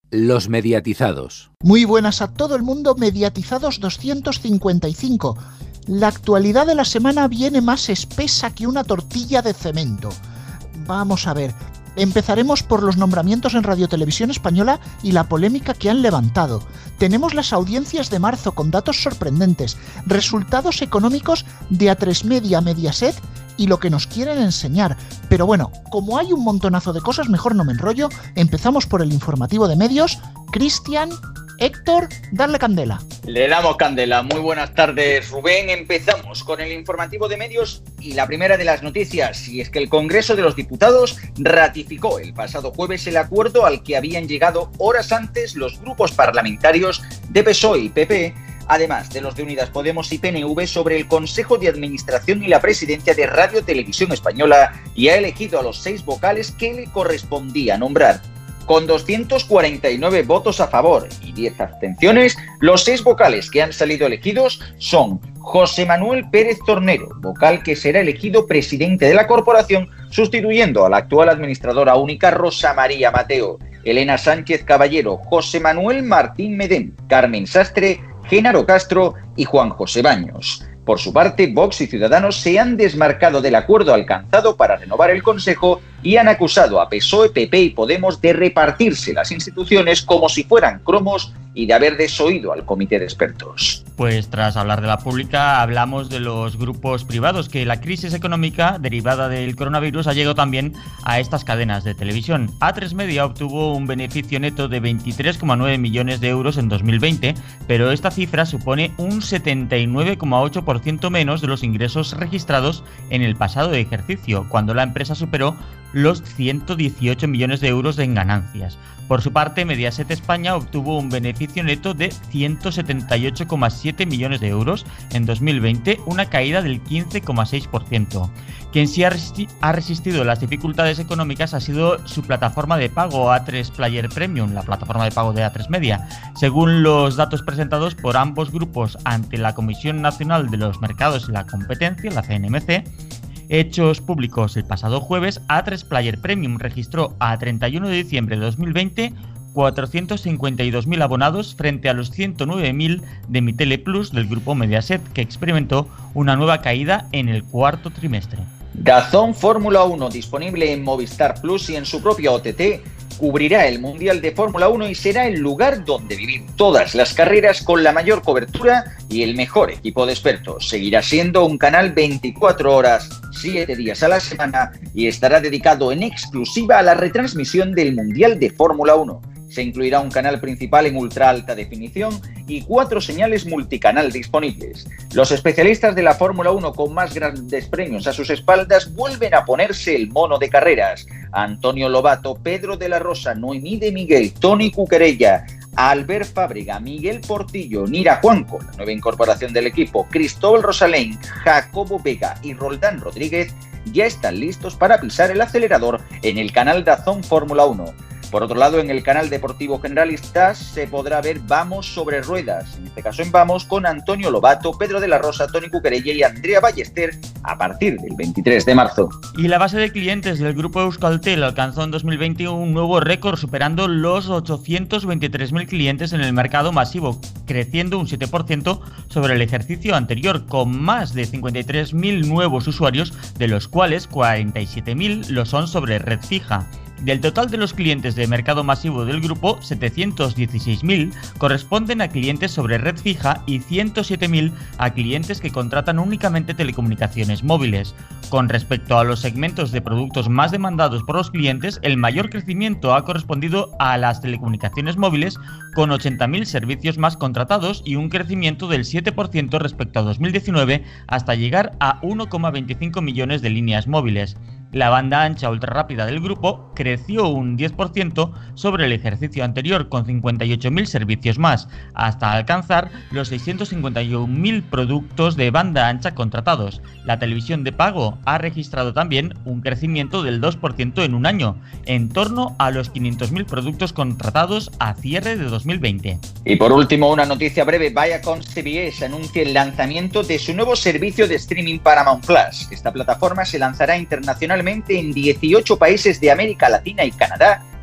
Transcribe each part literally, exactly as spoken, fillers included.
Los mediatizados. Muy buenas a todo el mundo, mediatizados doscientos cincuenta y cinco. La actualidad de la semana viene más espesa que una tortilla de cemento. Vamos a ver, empezaremos por los nombramientos en Radio Televisión Española y la polémica que han levantado. Tenemos las audiencias de marzo con datos sorprendentes, resultados económicos de A tres Media, Mediaset y lo que nos quieren enseñar. Pero bueno, como hay un montonazo de cosas, mejor no me enrollo. Empezamos por el informativo de medios. Cristian, Héctor, darle candela. Le damos candela. Muy buenas tardes, Rubén. Empezamos con el informativo de medios y la primera de las noticias, y es que el Congreso de los Diputados ratificó el pasado jueves el acuerdo al que habían llegado horas antes los grupos parlamentarios de P S O E y P P, además de los de Unidas Podemos y P N V, sobre el Consejo de Administración y la presidencia de Radio Televisión Española, y ha elegido a los seis vocales que le correspondía nombrar. Con doscientos cuarenta y nueve votos a favor y diez abstenciones, los seis vocales que han salido elegidos son José Manuel Pérez Tornero, vocal que será elegido presidente de la corporación, sustituyendo a la actual administradora única Rosa María Mateo; Elena Sánchez Caballero, José Manuel Martín Medén, Carmen Sastre, Genaro Castro y Juan José Baños. Por su parte, Vox y Ciudadanos se han desmarcado del acuerdo alcanzado para renovar el Consejo y han acusado a P S O E, P P y Podemos de repartirse las instituciones como si fueran cromos y de haber desoído al comité de expertos. Pues tras hablar de la pública, hablamos de los grupos privados, que la crisis económica derivada del coronavirus ha llegado también a estas cadenas de televisión. A tres Media obtuvo un beneficio neto de veintitrés coma nueve millones de euros en dos mil veinte, pero esta cifra supone un setenta y nueve coma ocho por ciento menos de los ingresos registrados en el pasado ejercicio, cuando la empresa superó los ciento dieciocho millones de euros en ganancias. Por su parte, Mediaset España obtuvo un beneficio neto de ciento setenta y ocho coma siete millones de euros en dos mil veinte, una caída del quince coma seis por ciento. Quien sí ha, resisti- ha resistido las dificultades económicas ha sido su plataforma de pago A tres Player Premium, la plataforma de pago de A tres Media. Según los datos presentados por ambos grupos ante la Comisión Nacional de los Mercados y la Competencia, la C N M C, hechos públicos el pasado jueves, A tres Player Premium registró a treinta y uno de diciembre de dos mil veinte cuatrocientos cincuenta y dos mil abonados frente a los ciento nueve mil de Mi Tele Plus del grupo Mediaset, que experimentó una nueva caída en el cuarto trimestre. DAZN Fórmula uno, disponible en Movistar Plus y en su propia O T T, cubrirá el Mundial de Fórmula uno y será el lugar donde vivir todas las carreras con la mayor cobertura y el mejor equipo de expertos. Seguirá siendo un canal veinticuatro horas, siete días a la semana, y estará dedicado en exclusiva a la retransmisión del Mundial de Fórmula uno. Se incluirá un canal principal en ultra alta definición y cuatro señales multicanal disponibles. Los especialistas de la Fórmula uno con más grandes premios a sus espaldas vuelven a ponerse el mono de carreras. Antonio Lobato, Pedro de la Rosa, Noemí de Miguel, Tony Cuquerella, Albert Fábrega, Miguel Portillo, Nira Juanco, la nueva incorporación del equipo, Cristóbal Rosalén, Jacobo Vega y Roldán Rodríguez ya están listos para pisar el acelerador en el canal DAZN Fórmula uno. Por otro lado, en el canal deportivo generalistas se podrá ver Vamos sobre ruedas, en este caso en Vamos, con Antonio Lobato, Pedro de la Rosa, Tony Cuquerella y Andrea Ballester a partir del veintitrés de marzo. Y la base de clientes del grupo Euskaltel alcanzó en dos mil veinte un nuevo récord, superando los ochocientos veintitrés mil clientes en el mercado masivo, creciendo un siete por ciento sobre el ejercicio anterior, con más de cincuenta y tres mil nuevos usuarios, de los cuales cuarenta y siete mil lo son sobre red fija. Del total de los clientes de mercado masivo del grupo, setecientos dieciséis mil corresponden a clientes sobre red fija y ciento siete mil a clientes que contratan únicamente telecomunicaciones móviles. Con respecto a los segmentos de productos más demandados por los clientes, el mayor crecimiento ha correspondido a las telecomunicaciones móviles, con ochenta mil servicios más contratados y un crecimiento del siete por ciento respecto a dos mil diecinueve, hasta llegar a uno coma veinticinco millones de líneas móviles. La banda ancha ultrarrápida del grupo creció un diez por ciento sobre el ejercicio anterior, con cincuenta y ocho mil servicios más, hasta alcanzar los seiscientos cincuenta y un mil productos de banda ancha contratados. La televisión de pago ha registrado también un crecimiento del dos por ciento en un año, en torno a los quinientos mil productos contratados a cierre de dos mil veinte. Y por último, una noticia breve. Viacom C B S anuncia el lanzamiento de su nuevo servicio de streaming Paramount Plus. Esta plataforma se lanzará internacionalmente en dieciocho países de América Latina y Canadá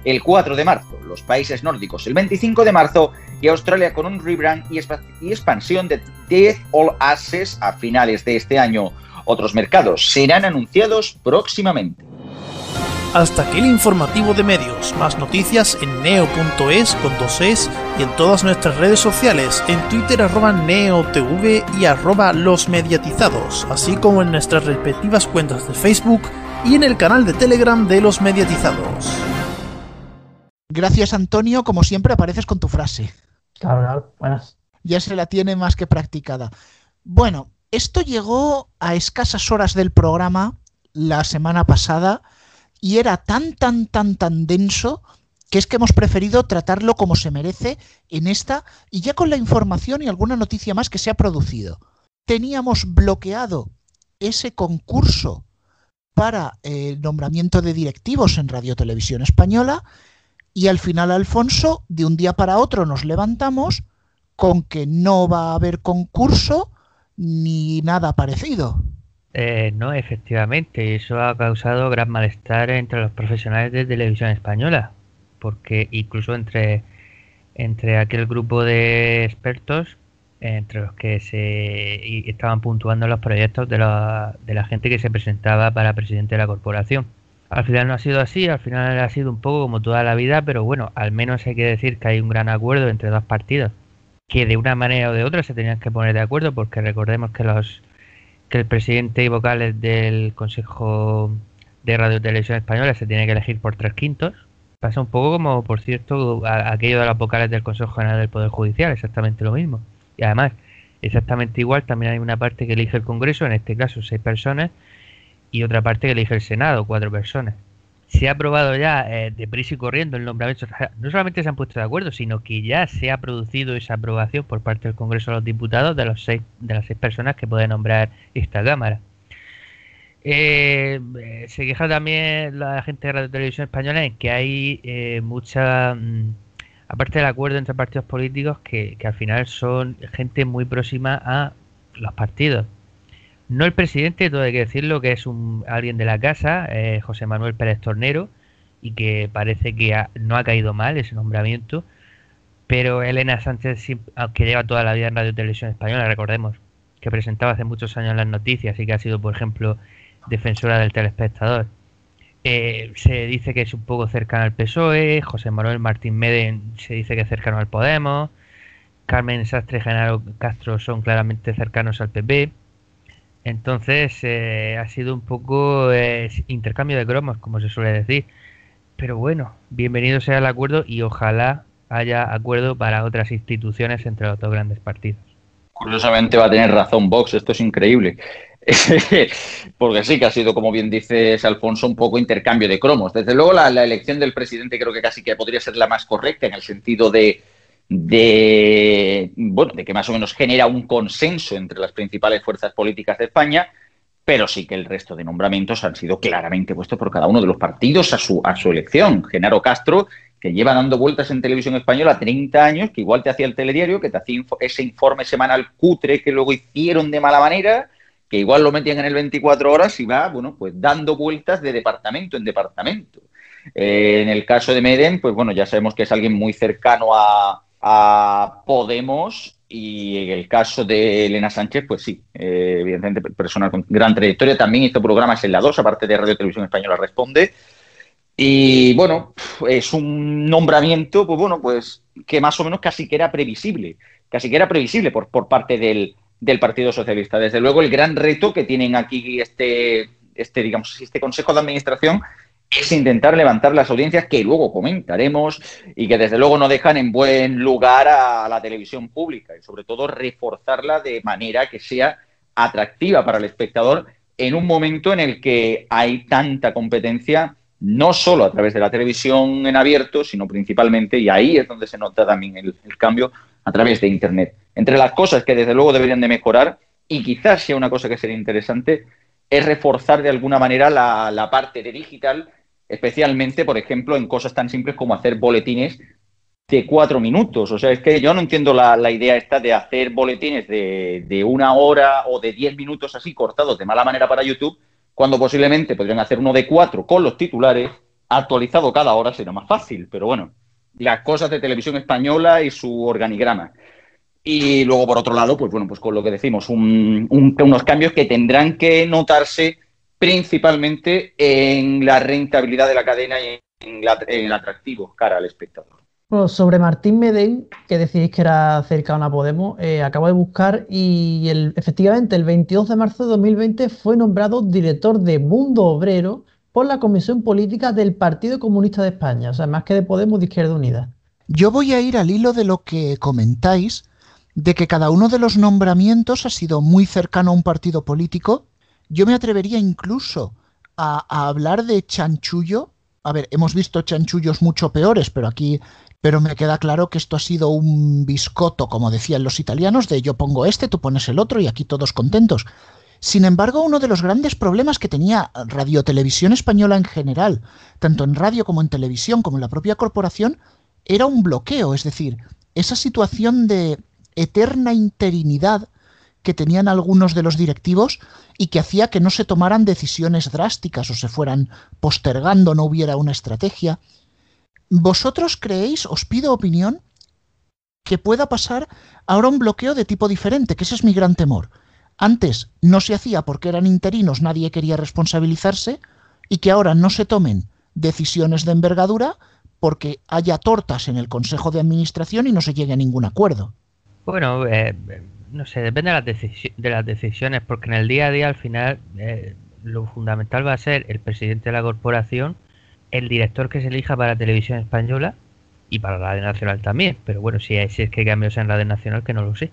el cuatro de marzo, los países nórdicos el veinticinco de marzo y Australia con un rebrand y, y expansión de diez All Access a finales de este año. Otros mercados serán anunciados próximamente. Hasta aquí el informativo de medios. Más noticias en neo punto es con dos es y en todas nuestras redes sociales, en Twitter arroba neotv y arroba los mediatizados, así como en nuestras respectivas cuentas de Facebook y en el canal de Telegram de los mediatizados. Gracias, Antonio, como siempre apareces con tu frase. Claro, claro, buenas. Ya se la tiene más que practicada. Bueno, esto llegó a escasas horas del programa la semana pasada y era tan, tan, tan, tan denso que es que hemos preferido tratarlo como se merece en esta y ya con la información y alguna noticia más que se ha producido. Teníamos bloqueado ese concurso para el nombramiento de directivos en Radio Televisión Española y al final, Alfonso, de un día para otro nos levantamos con que no va a haber concurso ni nada parecido. Eh, no, efectivamente, eso ha causado gran malestar entre los profesionales de Televisión Española, porque incluso entre, entre aquel grupo de expertos, entre los que se estaban puntuando los proyectos de la, de la gente que se presentaba para presidente de la corporación. Al final no ha sido así, al final ha sido un poco como toda la vida, pero bueno, al menos hay que decir que hay un gran acuerdo entre dos partidos, que de una manera o de otra se tenían que poner de acuerdo, porque recordemos que los que el presidente y vocales del Consejo de Radio y Televisión Española se tiene que elegir por tres quintos. Pasa un poco como, por cierto, a, aquello de los vocales del Consejo General del Poder Judicial, exactamente lo mismo. Y además, exactamente igual, también hay una parte que elige el Congreso, en este caso seis personas, y otra parte que elige el Senado, cuatro personas. Se ha aprobado ya eh, deprisa y corriendo el nombramiento. No solamente se han puesto de acuerdo, sino que ya se ha producido esa aprobación por parte del Congreso de los Diputados de los seis de las seis personas que puede nombrar esta Cámara. Eh, se queja también la gente de Radio Televisión Española en que hay eh, mucha, mmm, aparte del acuerdo entre partidos políticos, que, que al final son gente muy próxima a los partidos. No el presidente, todo hay que decirlo, que es un alguien de la casa, eh, José Manuel Pérez Tornero, y que parece que ha, no ha caído mal ese nombramiento, pero Elena Sánchez, que lleva toda la vida en Radio Televisión Española, recordemos, que presentaba hace muchos años las noticias y que ha sido, por ejemplo, defensora del telespectador, eh, se dice que es un poco cercano al P S O E, José Manuel Martín Meden se dice que es cercano al Podemos, Carmen Sastre y Genaro Castro son claramente cercanos al P P. Entonces eh, ha sido un poco eh, intercambio de cromos, como se suele decir. Pero bueno, bienvenido sea el acuerdo y ojalá haya acuerdo para otras instituciones entre los dos grandes partidos. Curiosamente va a tener razón Vox, esto es increíble. Porque sí que ha sido, como bien dices, Alfonso, un poco intercambio de cromos. Desde luego la, la elección del presidente creo que casi que podría ser la más correcta en el sentido de... de bueno de que más o menos genera un consenso entre las principales fuerzas políticas de España, pero sí que el resto de nombramientos han sido claramente puestos por cada uno de los partidos a su, a su elección. Genaro Castro, que lleva dando vueltas en Televisión Española treinta años, que igual te hacía el telediario, que te hacía info, ese informe semanal cutre que luego hicieron de mala manera, que igual lo metían en el veinticuatro horas y va, bueno, pues dando vueltas de departamento en departamento. Eh, en el caso de Meden, pues bueno, ya sabemos que es alguien muy cercano a a Podemos, y en el caso de Elena Sánchez, pues sí, eh, evidentemente persona con gran trayectoria, también hizo programas en la dos, aparte de Radio Televisión Española Responde, y bueno, es un nombramiento, pues bueno, pues que más o menos casi que era previsible, casi que era previsible por, por parte del, del Partido Socialista. Desde luego el gran reto que tienen aquí este, este, digamos, este Consejo de Administración es intentar levantar las audiencias que luego comentaremos y que desde luego no dejan en buen lugar a la televisión pública y sobre todo reforzarla de manera que sea atractiva para el espectador en un momento en el que hay tanta competencia, no solo a través de la televisión en abierto, sino principalmente, y ahí es donde se nota también el, el cambio, a través de Internet. Entre las cosas que desde luego deberían de mejorar, y quizás sea una cosa que sería interesante, es reforzar de alguna manera la, la parte de digital, especialmente, por ejemplo, en cosas tan simples como hacer boletines de cuatro minutos. O sea, es que yo no entiendo la, la idea esta de hacer boletines de, de una hora o de diez minutos así cortados de mala manera para YouTube, cuando posiblemente podrían hacer uno de cuatro con los titulares, actualizado cada hora será más fácil, pero bueno, las cosas de Televisión Española y su organigrama. Y luego, por otro lado, pues bueno, pues con lo que decimos, un, un, unos cambios que tendrán que notarse principalmente en la rentabilidad de la cadena y en, la, en el atractivo cara al espectador. Bueno, sobre Martín Medén, que decís que era cercano a Podemos, eh, acabo de buscar y el, efectivamente el veintidós de marzo de dos mil veinte fue nombrado director de Mundo Obrero por la Comisión Política del Partido Comunista de España, o sea, más que de Podemos, de Izquierda Unida. Yo voy a ir al hilo de lo que comentáis, de que cada uno de los nombramientos ha sido muy cercano a un partido político. Yo me atrevería incluso a, a hablar de chanchullo. A ver, hemos visto chanchullos mucho peores, pero aquí... Pero me queda claro que esto ha sido un biscotto, como decían los italianos, de yo pongo este, tú pones el otro y aquí todos contentos. Sin embargo, uno de los grandes problemas que tenía Radiotelevisión Española en general, tanto en radio como en televisión, como en la propia corporación, era un bloqueo, es decir, esa situación de eterna interinidad que tenían algunos de los directivos y que hacía que no se tomaran decisiones drásticas o se fueran postergando, no hubiera una estrategia. ¿Vosotros creéis, os pido opinión, que pueda pasar ahora un bloqueo de tipo diferente? Que ese es mi gran temor. Antes no se hacía porque eran interinos, nadie quería responsabilizarse, y que ahora no se tomen decisiones de envergadura porque haya tortas en el Consejo de Administración y no se llegue a ningún acuerdo. Bueno, eh, no sé, depende de las, decisi- de las decisiones, porque en el día a día al final eh, lo fundamental va a ser el presidente de la corporación, el director que se elija para Televisión Española y para Radio Nacional también, pero bueno, si, hay, si es que hay cambios en Radio Nacional, que no lo sé.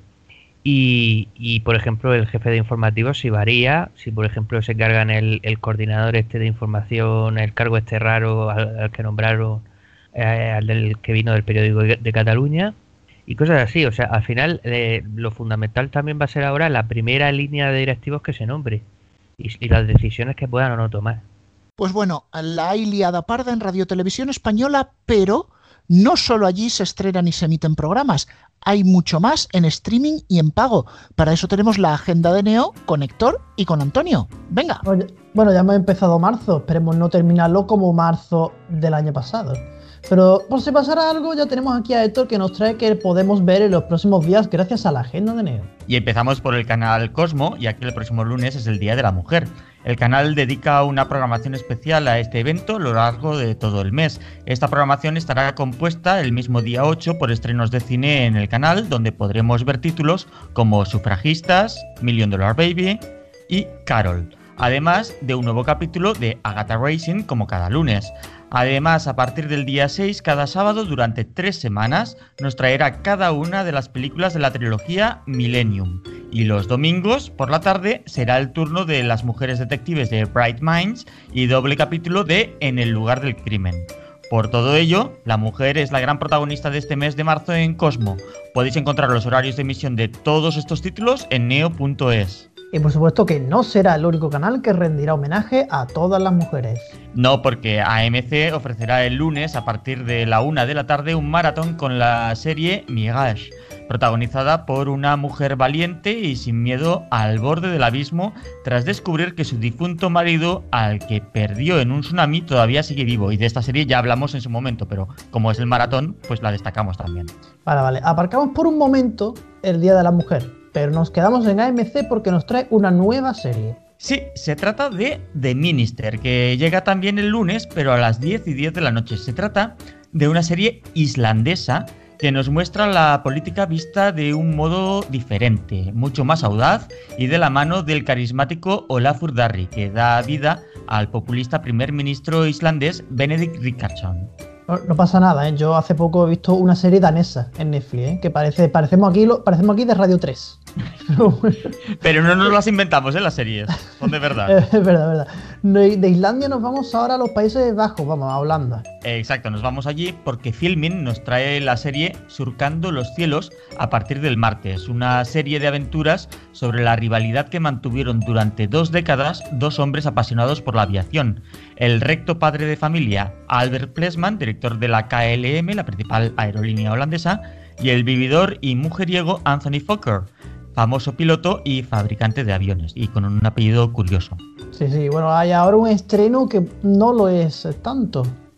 Y, y por ejemplo, el jefe de informativos si varía, si por ejemplo se cargan el, el coordinador este de información, el cargo este raro al, al que nombraron, eh, al del que vino del periódico de Cataluña, y cosas así. O sea, al final eh, lo fundamental también va a ser ahora la primera línea de directivos que se nombre y, y las decisiones que puedan o no tomar. Pues bueno, la hay liada parda en Radiotelevisión Española, pero no solo allí se estrenan y se emiten programas, hay mucho más en streaming y en pago. Para eso tenemos la agenda de Neo con Héctor y con Antonio. Venga. Oye, bueno, ya hemos empezado marzo, esperemos no terminarlo como marzo del año pasado. Pero por si pasara algo, ya tenemos aquí a Héctor que nos trae que podemos ver en los próximos días gracias a la agenda de Neo. Y empezamos por el canal Cosmo, ya que el próximo lunes es el Día de la Mujer. El canal dedica una programación especial a este evento a lo largo de todo el mes. Esta programación estará compuesta el mismo día ocho por estrenos de cine en el canal, donde podremos ver títulos como Sufragistas, Million Dollar Baby y Carol, además de un nuevo capítulo de Agatha Racing como cada lunes. Además, a partir del día seis, cada sábado durante tres semanas, nos traerá cada una de las películas de la trilogía Millennium. Y los domingos, por la tarde, será el turno de Las mujeres detectives de Bright Minds y doble capítulo de En el lugar del crimen. Por todo ello, la mujer es la gran protagonista de este mes de marzo en Cosmo. Podéis encontrar los horarios de emisión de todos estos títulos en neo punto es. Y por supuesto que no será el único canal que rendirá homenaje a todas las mujeres. No, porque A M C ofrecerá el lunes a partir de la una de la tarde un maratón con la serie Mirage, protagonizada por una mujer valiente y sin miedo al borde del abismo tras descubrir que su difunto marido, al que perdió en un tsunami, todavía sigue vivo. Y de esta serie ya hablamos en su momento, pero como es el maratón, pues la destacamos también. Vale, vale. Aparcamos por un momento el Día de la Mujer, pero nos quedamos en A M C porque nos trae una nueva serie. Sí, se trata de The Minister, que llega también el lunes, pero a las diez y diez de la noche. Se trata de una serie islandesa que nos muestra la política vista de un modo diferente, mucho más audaz y de la mano del carismático Olafur Darri, que da vida al populista primer ministro islandés Benedict Rickardsson. No, no pasa nada, ¿eh? Yo hace poco he visto una serie danesa en Netflix, ¿eh? Que parece, parecemos aquí, lo, parecemos aquí de Radio tres. Pero, bueno. Pero no nos las inventamos, ¿eh? Las series, son de verdad. Es verdad, es verdad. De Islandia nos vamos ahora a los Países Bajos, vamos, a Holanda. Exacto, nos vamos allí porque Filmin nos trae la serie Surcando los cielos a partir del martes, una serie de aventuras sobre la rivalidad que mantuvieron durante dos décadas dos hombres apasionados por la aviación. El recto padre de familia Albert Plesman, director de la K L M, la principal aerolínea holandesa, y el vividor y mujeriego Anthony Fokker, famoso piloto y fabricante de aviones, y con un apellido curioso. Sí, sí, bueno, hay ahora un estreno que no lo es tanto.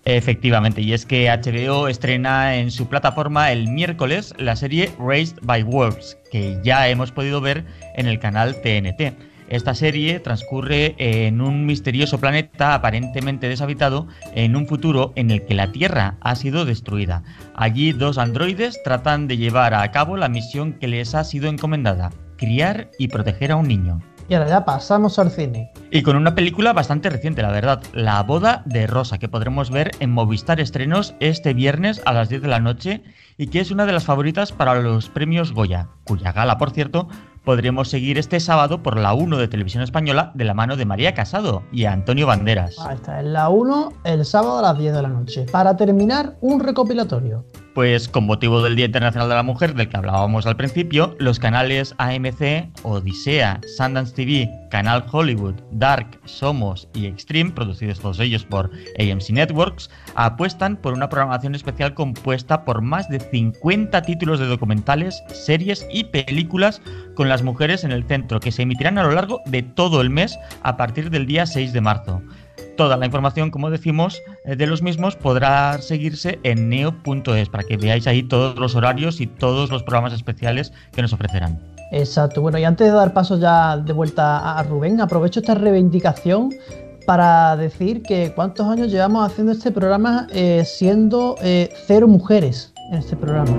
Efectivamente, y es que H B O estrena en su plataforma el miércoles la serie Raised by Wolves, que ya hemos podido ver en el canal T N T. Esta serie transcurre en un misterioso planeta aparentemente deshabitado en un futuro en el que la Tierra ha sido destruida. Allí dos androides tratan de llevar a cabo la misión que les ha sido encomendada: criar y proteger a un niño. Y ahora ya pasamos al cine. Y con una película bastante reciente, la verdad, La boda de Rosa, que podremos ver en Movistar Estrenos este viernes a las diez de la noche y que es una de las favoritas para los premios Goya, cuya gala, por cierto, podremos seguir este sábado por la uno de Televisión Española de la mano de María Casado y Antonio Banderas. Ahí está, en la uno el sábado a las diez de la noche. Para terminar, un recopilatorio. Pues con motivo del Día Internacional de la Mujer, del que hablábamos al principio, los canales A M C, Odisea, Sundance T V, Canal Hollywood, Dark, Somos y Extreme, producidos todos ellos por A M C Networks, apuestan por una programación especial compuesta por más de cincuenta títulos de documentales, series y películas con las mujeres en el centro, que se emitirán a lo largo de todo el mes a partir del día seis de marzo. Toda la información, como decimos, de los mismos podrá seguirse en neo punto es para que veáis ahí todos los horarios y todos los programas especiales que nos ofrecerán. Exacto. Bueno, y antes de dar paso ya de vuelta a Rubén, aprovecho esta reivindicación para decir que cuántos años llevamos haciendo este programa eh, siendo eh, cero mujeres en este programa.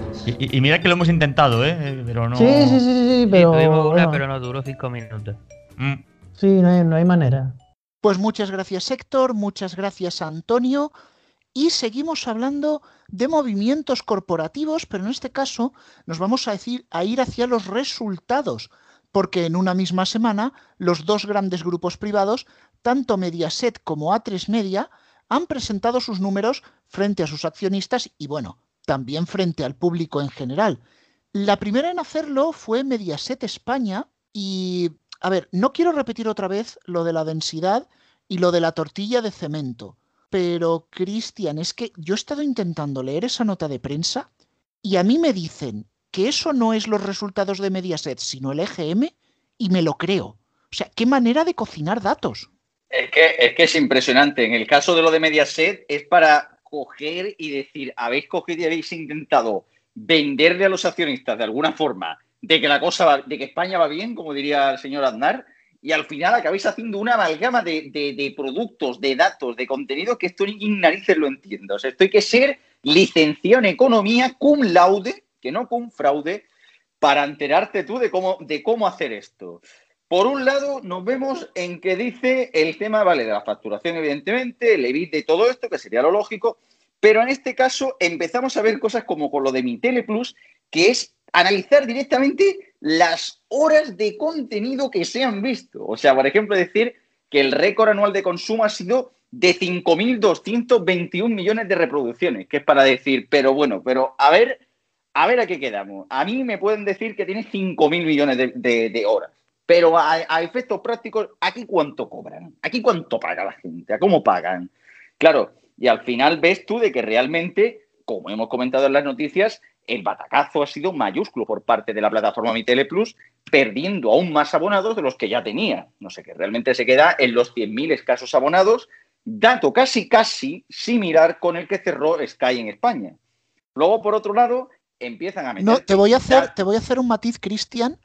Y, y mira que lo hemos intentado, ¿eh? Pero no... Sí, sí, sí, sí, pero... Sí, tuvimos una, bueno, pero no duró cinco minutos. Mm. sí, no hay, no hay manera. Pues muchas gracias, Héctor, muchas gracias, Antonio. Y seguimos hablando de movimientos corporativos, pero en este caso nos vamos a, decir, a ir hacia los resultados, porque en una misma semana los dos grandes grupos privados, tanto Mediaset como A tres Media, han presentado sus números frente a sus accionistas y, bueno, también frente al público en general. La primera en hacerlo fue Mediaset España y... A ver, no quiero repetir otra vez lo de la densidad y lo de la tortilla de cemento, pero, Cristian, es que yo he estado intentando leer esa nota de prensa y a mí me dicen que eso no es los resultados de Mediaset, sino el E G M, y me lo creo. O sea, qué manera de cocinar datos. Es que, es que es impresionante. En el caso de lo de Mediaset es para coger y decir, habéis cogido y habéis intentado venderle a los accionistas de alguna forma de que la cosa va, de que España va bien, como diría el señor Aznar, y al final acabáis haciendo una amalgama de, de, de productos, de datos, de contenido que esto ni narices lo entiendo. O sea, esto hay que ser licenciado en economía cum laude, que no cum fraude, para enterarte tú de cómo, de cómo hacer esto. Por un lado, nos vemos en que dice el tema, vale, de la facturación, evidentemente, el E B I T de todo esto, que sería lo lógico, pero en este caso empezamos a ver cosas como con lo de Mi Tele Plus, que es analizar directamente las horas de contenido que se han visto. O sea, por ejemplo, decir que el récord anual de consumo ha sido de cinco mil doscientos veintiún millones de reproducciones, que es para decir, pero bueno, pero a ver, a ver a qué quedamos. A mí me pueden decir que tiene cinco mil millones de, de, de horas, pero a, a efectos prácticos, ¿aquí cuánto cobran? ¿Aquí cuánto paga la gente? ¿A cómo pagan? Claro, y al final ves tú de que realmente, como hemos comentado en las noticias, el batacazo ha sido mayúsculo por parte de la plataforma Mi Tele Plus, perdiendo aún más abonados de los que ya tenía. No sé, que realmente se queda en los cien mil escasos abonados, dato casi, casi similar con el que cerró Sky en España. Luego, por otro lado, empiezan a meter... No, te voy a hacer, te voy a hacer un matiz, Cristian.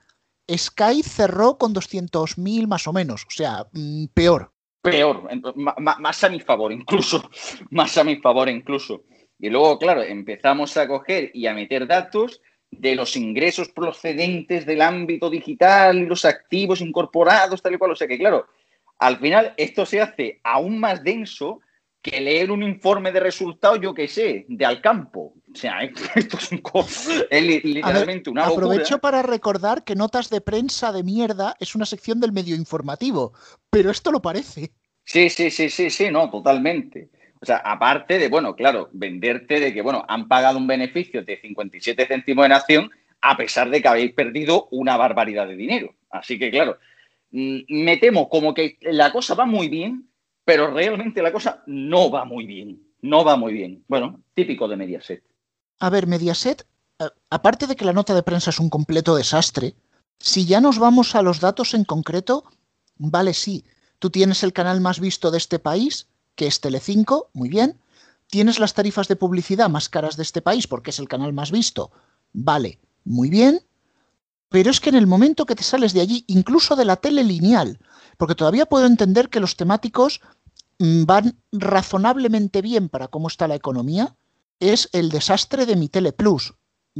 Sky cerró con doscientos mil más o menos, o sea, mmm, peor. Peor, más a mi favor incluso, más a mi favor incluso. Y luego, claro, empezamos a coger y a meter datos de los ingresos procedentes del ámbito digital y los activos incorporados, tal y cual. O sea que, claro, al final esto se hace aún más denso que leer un informe de resultados, yo qué sé, de Alcampo. O sea, esto es, un co es literalmente ver, una locura. Aprovecho para recordar que Notas de Prensa de Mierda es una sección del medio informativo, pero esto lo parece. Sí, sí, sí, sí, sí, no, totalmente. O sea, aparte de, bueno, claro, venderte de que, bueno, han pagado un beneficio de cincuenta y siete céntimos en acción a pesar de que habéis perdido una barbaridad de dinero. Así que, claro, me temo como que la cosa va muy bien, pero realmente la cosa no va muy bien. No va muy bien. Bueno, típico de Mediaset. A ver, Mediaset, aparte de que la nota de prensa es un completo desastre, si ya nos vamos a los datos en concreto, vale, sí, tú tienes el canal más visto de este país, que es Telecinco, muy bien, tienes las tarifas de publicidad más caras de este país porque es el canal más visto. Vale, muy bien, pero es que en el momento que te sales de allí, incluso de la tele lineal, porque todavía puedo entender que los temáticos van razonablemente bien para cómo está la economía, es el desastre de Mi Tele Plus.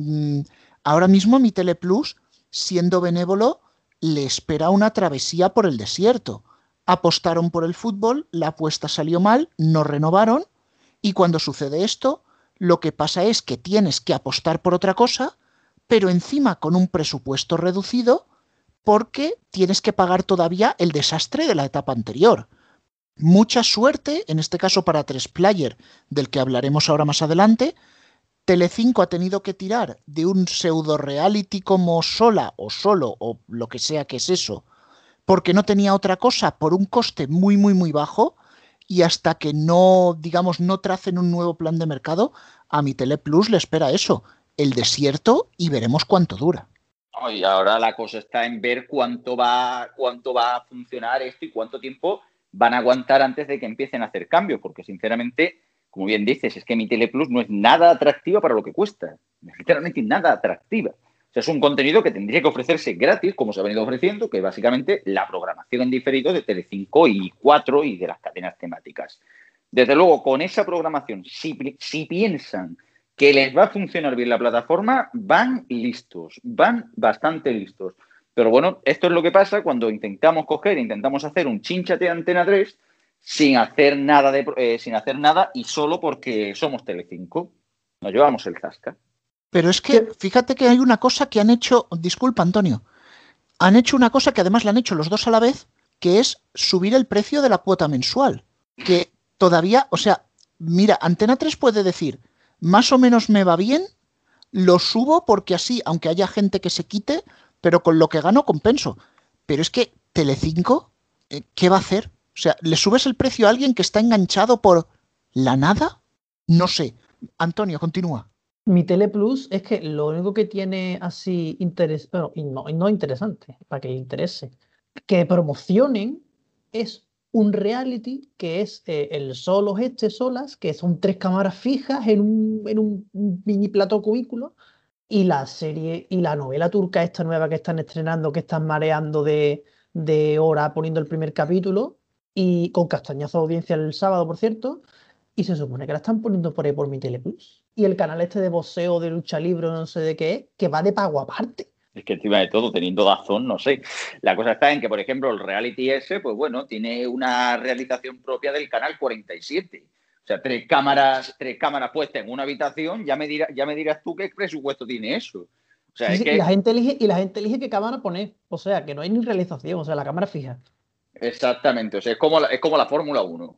Ahora mismo Mi Tele Plus, siendo benévolo, le espera una travesía por el desierto. Apostaron por el fútbol, la apuesta salió mal, no renovaron, y cuando sucede esto, lo que pasa es que tienes que apostar por otra cosa, pero encima con un presupuesto reducido, porque tienes que pagar todavía el desastre de la etapa anterior. Mucha suerte, en este caso para tres player, del que hablaremos ahora más adelante. Telecinco ha tenido que tirar de un pseudo reality como Sola o Solo o lo que sea que es eso, porque no tenía otra cosa por un coste muy muy muy bajo, y hasta que no, digamos, no tracen un nuevo plan de mercado, a Mi Tele Plus le espera eso, el desierto, y veremos cuánto dura. Y ahora la cosa está en ver cuánto va, cuánto va a funcionar esto y cuánto tiempo van a aguantar antes de que empiecen a hacer cambios, porque sinceramente, como bien dices, es que Mi Tele Plus no es nada atractiva para lo que cuesta, literalmente nada atractiva. O sea, es un contenido que tendría que ofrecerse gratis, como se ha venido ofreciendo, que es básicamente la programación en diferido de Telecinco y cuatro y de las cadenas temáticas. Desde luego, con esa programación, si, si piensan que les va a funcionar bien la plataforma, van listos, van bastante listos. Pero bueno, esto es lo que pasa cuando intentamos coger, intentamos hacer un chinchate de Antena tres sin hacer nada, de, eh, sin hacer nada y solo porque somos Telecinco. Nos llevamos el zasca. Pero es que, fíjate que hay una cosa que han hecho, disculpa Antonio, han hecho una cosa que además la han hecho los dos a la vez, que es subir el precio de la cuota mensual. Que todavía, o sea, mira, Antena tres puede decir, más o menos me va bien, lo subo porque así, aunque haya gente que se quite, pero con lo que gano compenso. Pero es que Telecinco, ¿qué va a hacer? O sea, ¿le subes el precio a alguien que está enganchado por la nada? No sé. Antonio, continúa. Mi Tele Plus es que lo único que tiene así interés, bueno, y no, y no interesante, para que interese, que promocionen es un reality que es eh, el Solos este, Solas, que son tres cámaras fijas en un, en un mini plató cubículo, y la serie y la novela turca esta nueva que están estrenando, que están mareando de, de hora poniendo el primer capítulo, y con castañazo de audiencia el sábado, por cierto, y se supone que la están poniendo por ahí por Mi Tele Plus. Y el canal este de boxeo, de lucha libre, no sé de qué es, que va de pago aparte. Es que encima de todo, teniendo Dazón, no sé. La cosa está en que, por ejemplo, el reality ese, pues bueno, tiene una realización propia del canal cuarenta y siete. O sea, tres cámaras, tres cámaras puestas en una habitación, ya me, dirá, ya me dirás tú qué presupuesto tiene eso. O sea, sí, es sí, que... y, la gente elige, y la gente elige qué cámara poner. O sea, que no hay ni realización, o sea, la cámara fija. Exactamente, o sea, es como la, es como la Fórmula uno.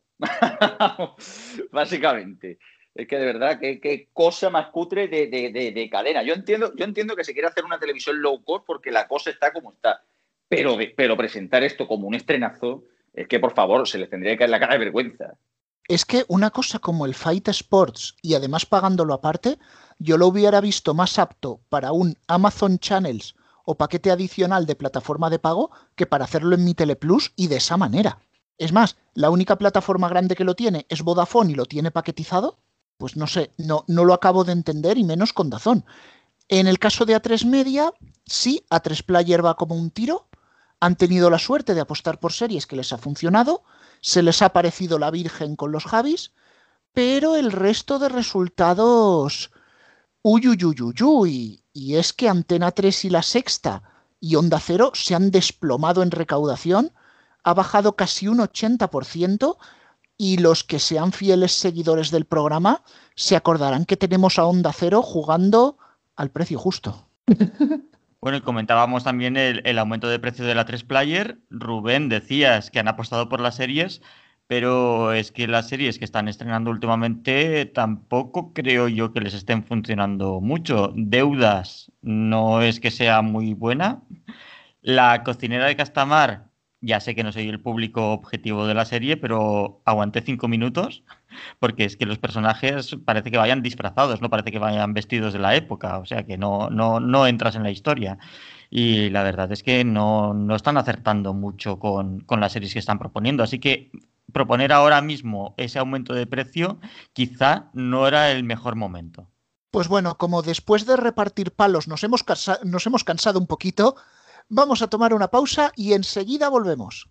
Básicamente. Es que de verdad, qué, qué cosa más cutre de, de, de, de cadena. Yo entiendo, yo entiendo que se quiere hacer una televisión low cost porque la cosa está como está. Pero, de, pero presentar esto como un estrenazo, es que por favor, se les tendría que caer la cara de vergüenza. Es que una cosa como el Fight Sports, y además pagándolo aparte, yo lo hubiera visto más apto para un Amazon Channels o paquete adicional de plataforma de pago que para hacerlo en Mi Tele Plus y de esa manera. Es más, la única plataforma grande que lo tiene es Vodafone y lo tiene paquetizado. Pues no sé, no, no lo acabo de entender y menos con Dazón. En el caso de A tres Media, sí, A tres Player va como un tiro. Han tenido la suerte de apostar por series que les ha funcionado. Se les ha parecido la Virgen con los Javis. Pero el resto de resultados... Uy, uy, uy, uy, uy. Y es que Antena tres y La Sexta y Onda Cero se han desplomado en recaudación. Ha bajado casi un ochenta por ciento. Y los que sean fieles seguidores del programa se acordarán que tenemos a Onda Cero jugando al precio justo. Bueno, y comentábamos también el, el aumento de precio de la tres Player. Rubén, decías que han apostado por las series, pero es que las series que están estrenando últimamente tampoco creo yo que les estén funcionando mucho. Deudas no es que sea muy buena. La cocinera de Castamar, ya sé que no soy el público objetivo de la serie, pero aguanté cinco minutos porque es que los personajes parece que vayan disfrazados, no parece que vayan vestidos de la época, o sea que no, no, no entras en la historia. Y la verdad es que no, no están acertando mucho con, con las series que están proponiendo, así que proponer ahora mismo ese aumento de precio quizá no era el mejor momento. Pues bueno, como después de repartir palos nos hemos, cansa- nos hemos cansado un poquito, vamos a tomar una pausa y enseguida volvemos.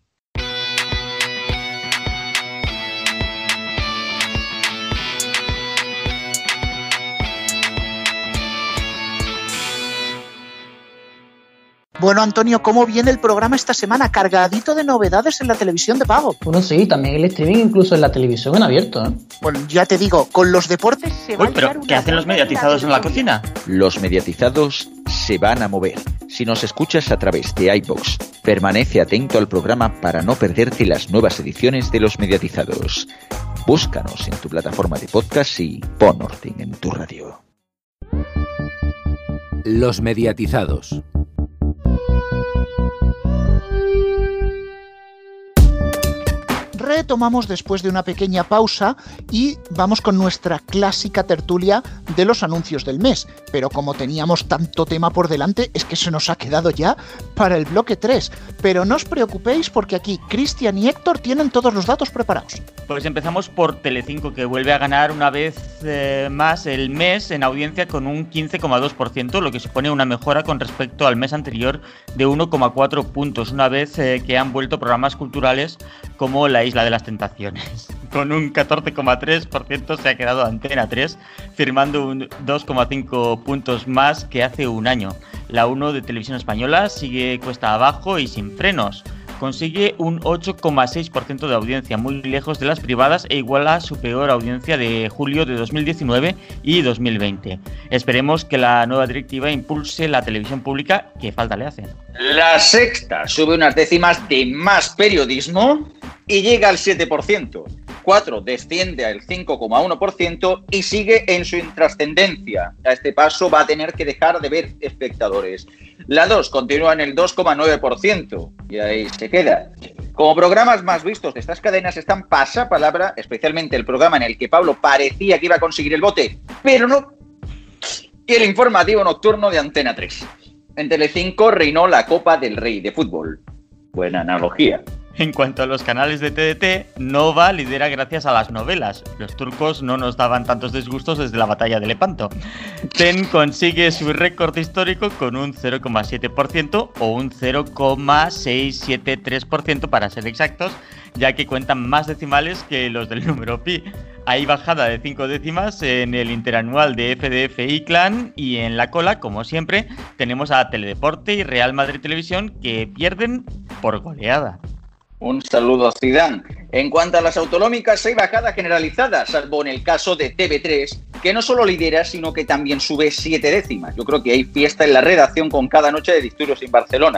Bueno, Antonio, ¿cómo viene el programa esta semana? Cargadito de novedades en la televisión de pago. Bueno, sí, también el streaming, incluso en la televisión en abierto, ¿eh? Bueno, ya te digo, con los deportes se va Uy, a pero liar una ¿qué hacen los buena mediatizados en la cocina? Los mediatizados se van a mover. Si nos escuchas a través de iVoox, permanece atento al programa para no perderte las nuevas ediciones de Los Mediatizados. Búscanos en tu plataforma de podcast y pon orden en tu radio. Los Mediatizados. Retomamos después de una pequeña pausa y vamos con nuestra clásica tertulia de los anuncios del mes. Pero como teníamos tanto tema por delante, es que se nos ha quedado ya para el bloque tres. Pero no os preocupéis porque aquí Cristian y Héctor tienen todos los datos preparados. Pues empezamos por Telecinco, que vuelve a ganar una vez eh, más el mes en audiencia con un quince coma dos por ciento, lo que supone una mejora con respecto al mes anterior de uno coma cuatro puntos, una vez eh, que han vuelto programas culturales como La Isla de las Tentaciones. Con un catorce coma tres por ciento se ha quedado Antena tres, firmando un dos coma cinco puntos más que hace un año. La uno de Televisión Española sigue cuesta abajo y sin frenos. Consigue un ocho coma seis por ciento de audiencia, muy lejos de las privadas e iguala su peor audiencia de julio de dos mil diecinueve y dos mil veinte. Esperemos que la nueva directiva impulse la televisión pública, que falta le hace. La Sexta sube unas décimas de más periodismo y llega al siete por ciento. cuatro desciende al cinco coma uno por ciento y sigue en su intrascendencia. A este paso va a tener que dejar de ver espectadores. La dos continúa en el dos coma nueve por ciento y ahí se queda. Como programas más vistos de estas cadenas están Pasapalabra, especialmente el programa en el que Pablo parecía que iba a conseguir el bote, pero no, y el informativo nocturno de Antena tres. En Telecinco reinó la Copa del Rey de fútbol. Buena analogía. En cuanto a los canales de T D T, Nova lidera gracias a las novelas. Los turcos no nos daban tantos disgustos desde la batalla de Lepanto. Ten consigue su récord histórico con un cero coma siete por ciento o un cero coma seiscientos setenta y tres por ciento para ser exactos, ya que cuentan más decimales que los del número pi. Hay bajada de cinco décimas en el interanual de F D F y Clan, y en la cola, como siempre, tenemos a Teledeporte y Real Madrid Televisión, que pierden por goleada. Un saludo a Zidane. En cuanto a las autonómicas, hay bajada generalizada, salvo en el caso de T V tres, que no solo lidera, sino que también sube siete décimas. Yo creo que hay fiesta en la redacción con cada noche de disturbios en Barcelona.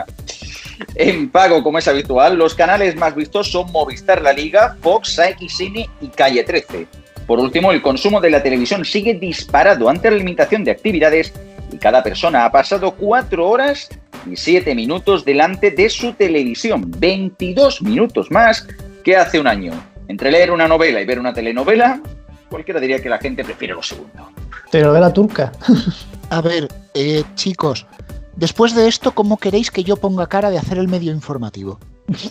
En pago, como es habitual, los canales más vistos son Movistar La Liga, Fox, A X N y Calle trece. Por último, el consumo de la televisión sigue disparado ante la limitación de actividades y cada persona ha pasado cuatro horas y siete minutos delante de su televisión, veintidós minutos más que hace un año. Entre leer una novela y ver una telenovela, cualquiera diría que la gente prefiere lo segundo. Pero de la turca. A ver, eh, chicos, después de esto, ¿cómo queréis que yo ponga cara de hacer el medio informativo?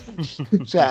O sea,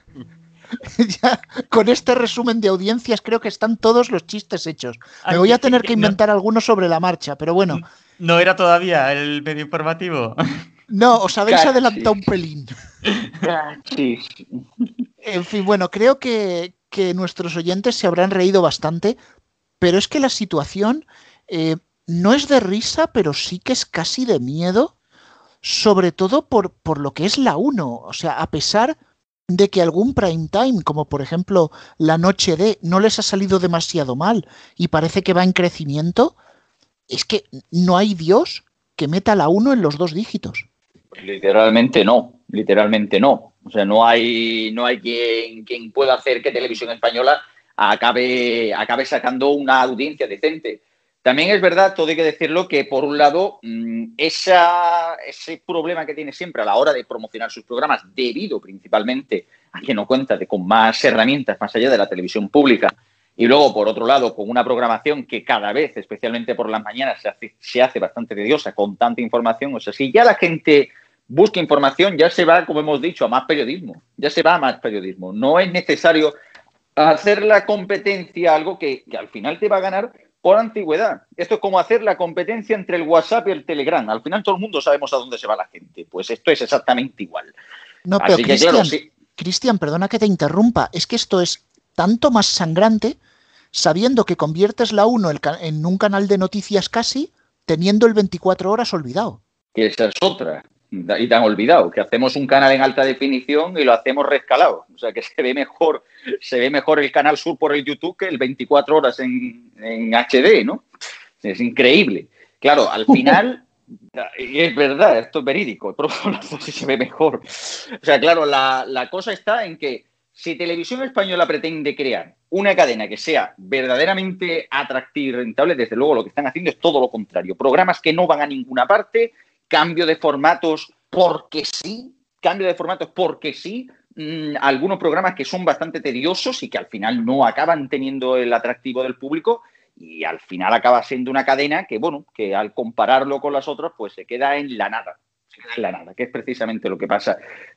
ya con este resumen de audiencias creo que están todos los chistes hechos. Me voy a tener que inventar no. algunos sobre la marcha, pero bueno. ¿No era todavía el medio informativo? No, os habéis Casi. adelantado un pelín. Sí. En fin, bueno, creo que, que nuestros oyentes se habrán reído bastante, pero es que la situación eh, no es de risa, pero sí que es casi de miedo, sobre todo por, por lo que es la uno. O sea, a pesar de que algún prime time, como por ejemplo La Noche de, no les ha salido demasiado mal y parece que va en crecimiento, es que no hay Dios que meta la uno en los dos dígitos. Literalmente no, literalmente no. O sea, no hay, no hay quien, quien pueda hacer que Televisión Española acabe, acabe sacando una audiencia decente. También es verdad, todo hay que decirlo, que por un lado, esa, ese problema que tiene siempre a la hora de promocionar sus programas, debido principalmente a que no cuenta de, con más herramientas más allá de la televisión pública, y luego, por otro lado, con una programación que cada vez, especialmente por las mañanas, se hace, se hace bastante tediosa, con tanta información. O sea, si ya la gente busca información, ya se va, como hemos dicho, a más periodismo. Ya se va a más periodismo. No es necesario hacer la competencia, algo que, que al final te va a ganar por antigüedad. Esto es como hacer la competencia entre el WhatsApp y el Telegram. Al final todo el mundo sabemos a dónde se va la gente. Pues esto es exactamente igual. No, pero Así que, Cristian, claro, sí. Cristian, perdona que te interrumpa. Es que esto es tanto más sangrante sabiendo que conviertes la uno en un canal de noticias casi, teniendo el veinticuatro horas olvidado. Que esa es otra. Y te han olvidado, que hacemos un canal en alta definición y lo hacemos rescalado. O sea, que se ve mejor, se ve mejor el Canal Sur por el YouTube que el veinticuatro horas en, en H D, ¿no? Es increíble. Claro, al final, y es verdad, esto es verídico, pero sí se ve mejor. O sea, claro, la, la cosa está en que si Televisión Española pretende crear una cadena que sea verdaderamente atractiva y rentable, desde luego lo que están haciendo es todo lo contrario. Programas que no van a ninguna parte, cambio de formatos porque sí, cambio de formatos porque sí, mmm, algunos programas que son bastante tediosos y que al final no acaban teniendo el atractivo del público y al final acaba siendo una cadena que, bueno, que al compararlo con las otras, pues se queda en la nada. Se queda en la nada, que es precisamente lo que pasa.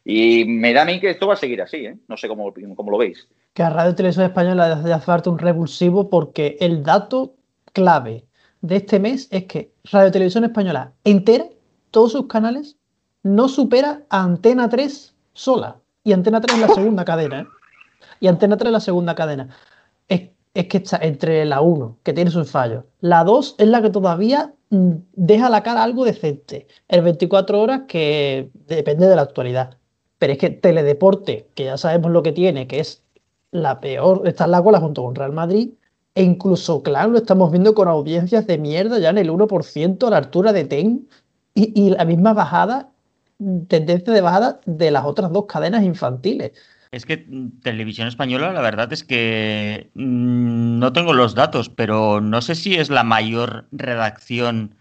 Y me da a mí que esto va a seguir así, ¿eh? No sé cómo, cómo lo veis. Que a Radio Televisión Española le hace falta un revulsivo porque el dato clave de este mes es que Radio Televisión Española entera, todos sus canales, no supera a Antena tres sola. Y Antena tres es la segunda cadena, ¿eh? Y Antena tres es la segunda cadena. Es, es que está entre la uno, que tiene sus fallos. La dos es la que todavía mm, deja la cara algo decente. El veinticuatro horas, que depende de la actualidad. Pero es que Teledeporte, que ya sabemos lo que tiene, que es la peor, está en la cola junto con Real Madrid, e incluso, claro, lo estamos viendo con audiencias de mierda ya en el uno por ciento a la altura de T E N. Y, y la misma bajada, tendencia de bajada de las otras dos cadenas infantiles. Es que Televisión Española, la verdad es que mmm, no tengo los datos, pero no sé si es la mayor redacción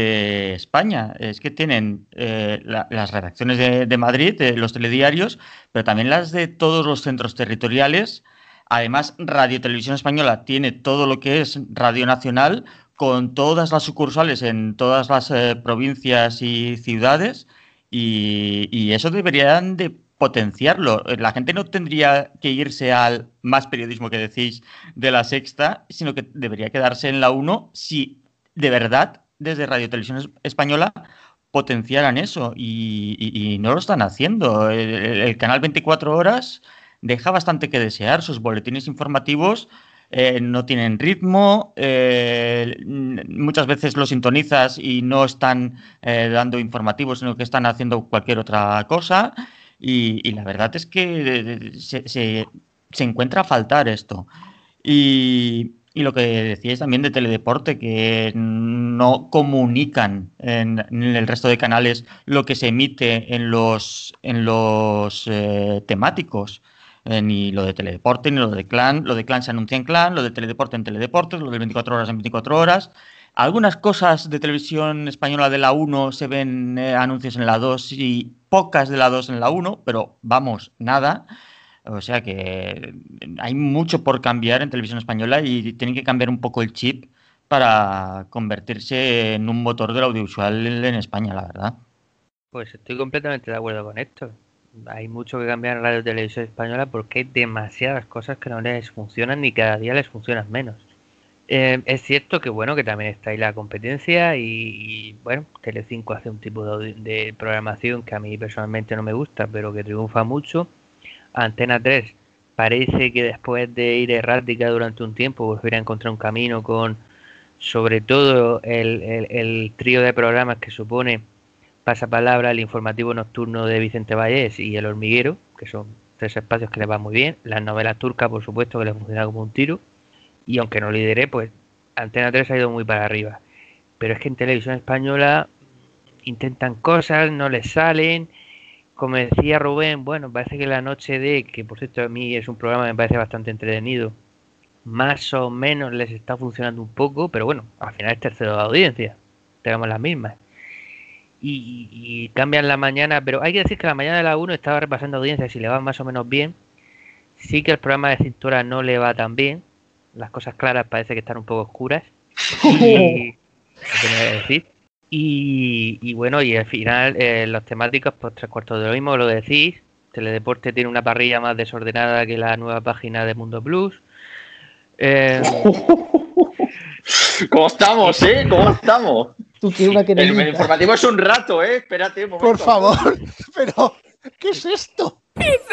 de España. Es que tienen eh, la, las redacciones de, de Madrid, de los telediarios, pero también las de todos los centros territoriales. Además, Radio Televisión Española tiene todo lo que es Radio Nacional, con todas las sucursales en todas las eh, provincias y ciudades, y, y eso deberían de potenciarlo. La gente no tendría que irse al más periodismo que decís de La Sexta, sino que debería quedarse en la uno si de verdad desde Radio Televisión Española potenciaran eso, y, y, y no lo están haciendo. El, el canal veinticuatro horas deja bastante que desear. Sus boletines informativos Eh, no tienen ritmo, eh, muchas veces lo sintonizas y no están eh, dando informativos, sino que están haciendo cualquier otra cosa, y, y la verdad es que se, se, se encuentra a faltar esto. Y, y lo que decíais también de Teledeporte, que no comunican en, en el resto de canales lo que se emite en los, en los eh, temáticos. Eh, ni lo de Teledeporte, ni lo de Clan. Lo de Clan se anuncia en Clan, lo de Teledeporte en Teledeportes, lo de veinticuatro horas en veinticuatro horas. Algunas cosas de Televisión Española de la uno se ven eh, anuncios en la dos y pocas de la dos en la uno, pero vamos, nada. O sea que hay mucho por cambiar en Televisión Española y tienen que cambiar un poco el chip para convertirse en un motor del audiovisual en España, la verdad. Pues estoy completamente de acuerdo con esto. Hay mucho que cambiar en Radio Televisión Española porque hay demasiadas cosas que no les funcionan ni cada día les funcionan menos. Eh, es cierto que bueno que también está ahí la competencia y, y bueno, Telecinco hace un tipo de, de programación que a mí personalmente no me gusta, pero que triunfa mucho. Antena tres parece que después de ir errática durante un tiempo volverá a encontrar un camino con sobre todo el, el, el trío de programas que supone Pasapalabra, el informativo nocturno de Vicente Vallés y El Hormiguero, que son tres espacios que les van muy bien. Las novelas turcas, por supuesto, que les funciona como un tiro. Y aunque no lideré, pues Antena tres ha ido muy para arriba. Pero es que en Televisión Española intentan cosas, no les salen. Como decía Rubén, bueno, parece que La Noche de, que por cierto a mí es un programa que me parece bastante entretenido, más o menos les está funcionando un poco, pero bueno, al final es tercero de audiencia. Tenemos las mismas. Y, y cambian la mañana, pero hay que decir que la mañana de la uno estaba repasando audiencias y le va más o menos bien. Sí que el programa de Cintura no le va tan bien. Las cosas claras parece que están un poco oscuras. Y, ¿qué me voy a decir? Y, y bueno, y al final eh, los temáticos, pues tres cuartos de lo mismo, lo decís. Teledeporte tiene una parrilla más desordenada que la nueva página de Mundo Plus. Eh... ¿Cómo estamos, eh? ¿Cómo estamos? Tú tienes una el, el informativo es un rato, eh. Espérate un momento. Por favor, pero ¿qué es esto?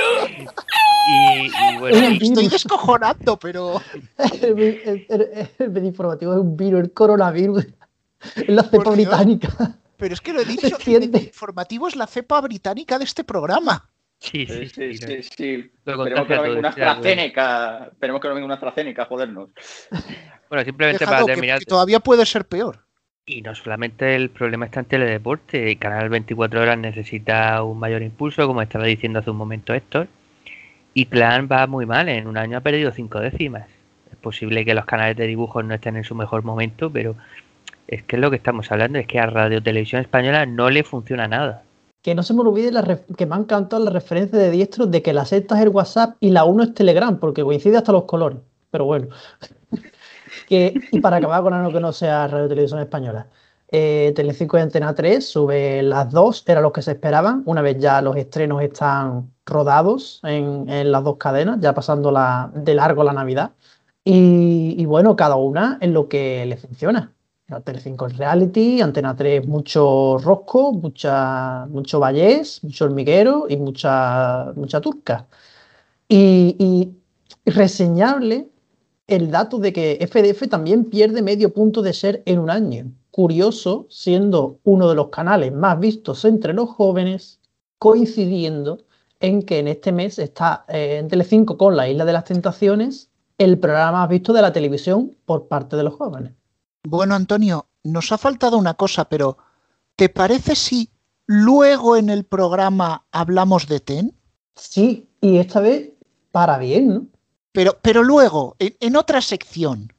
Y, y bueno, Me estoy descojonando, pero... el, el, el, el, el informativo es un virus, el coronavirus. Es la cepa británica. Pero es que lo he dicho, el informativo es la cepa británica de este programa. Sí, sí, sí, sí, sí, sí. Esperemos que no venga una AstraZeneca. Esperemos que no venga una AstraZeneca, jodernos. Bueno, simplemente Dejado para terminar. Que, que todavía puede ser peor. Y no solamente el problema está en Teledeporte, Canal veinticuatro horas necesita un mayor impulso, como estaba diciendo hace un momento Héctor. Y Clan va muy mal, en un año ha perdido cinco décimas. Es posible que los canales de dibujos no estén en su mejor momento, pero es que es lo que estamos hablando, es que a Radio Televisión Española no le funciona nada. Que no se me olvide la ref- que me ha encantado la referencia de Diestro de que la sexta es el WhatsApp y la uno es Telegram, porque coincide hasta los colores. Pero bueno. que, y para acabar con algo que no sea Radio Televisión Española. Eh, Telecinco y Antena tres sube las dos, era lo que se esperaban, una vez ya los estrenos están rodados en, en las dos cadenas, ya pasando la, de largo la Navidad. Y, y bueno, cada una es lo que le funciona. Telecinco es reality, Antena tres mucho rosco, mucha, mucho vallés, mucho hormiguero y mucha, mucha turca. Y, y, y reseñable el dato de que F D F también pierde medio punto de share en un año. Curioso, siendo uno de los canales más vistos entre los jóvenes, coincidiendo en que en este mes está eh, en Telecinco con La Isla de las Tentaciones el programa más visto de la televisión por parte de los jóvenes. Bueno, Antonio, nos ha faltado una cosa, pero ¿te parece si luego en el programa hablamos de T E N? Sí, y esta vez para bien, ¿no? Pero, pero luego, en, en otra sección.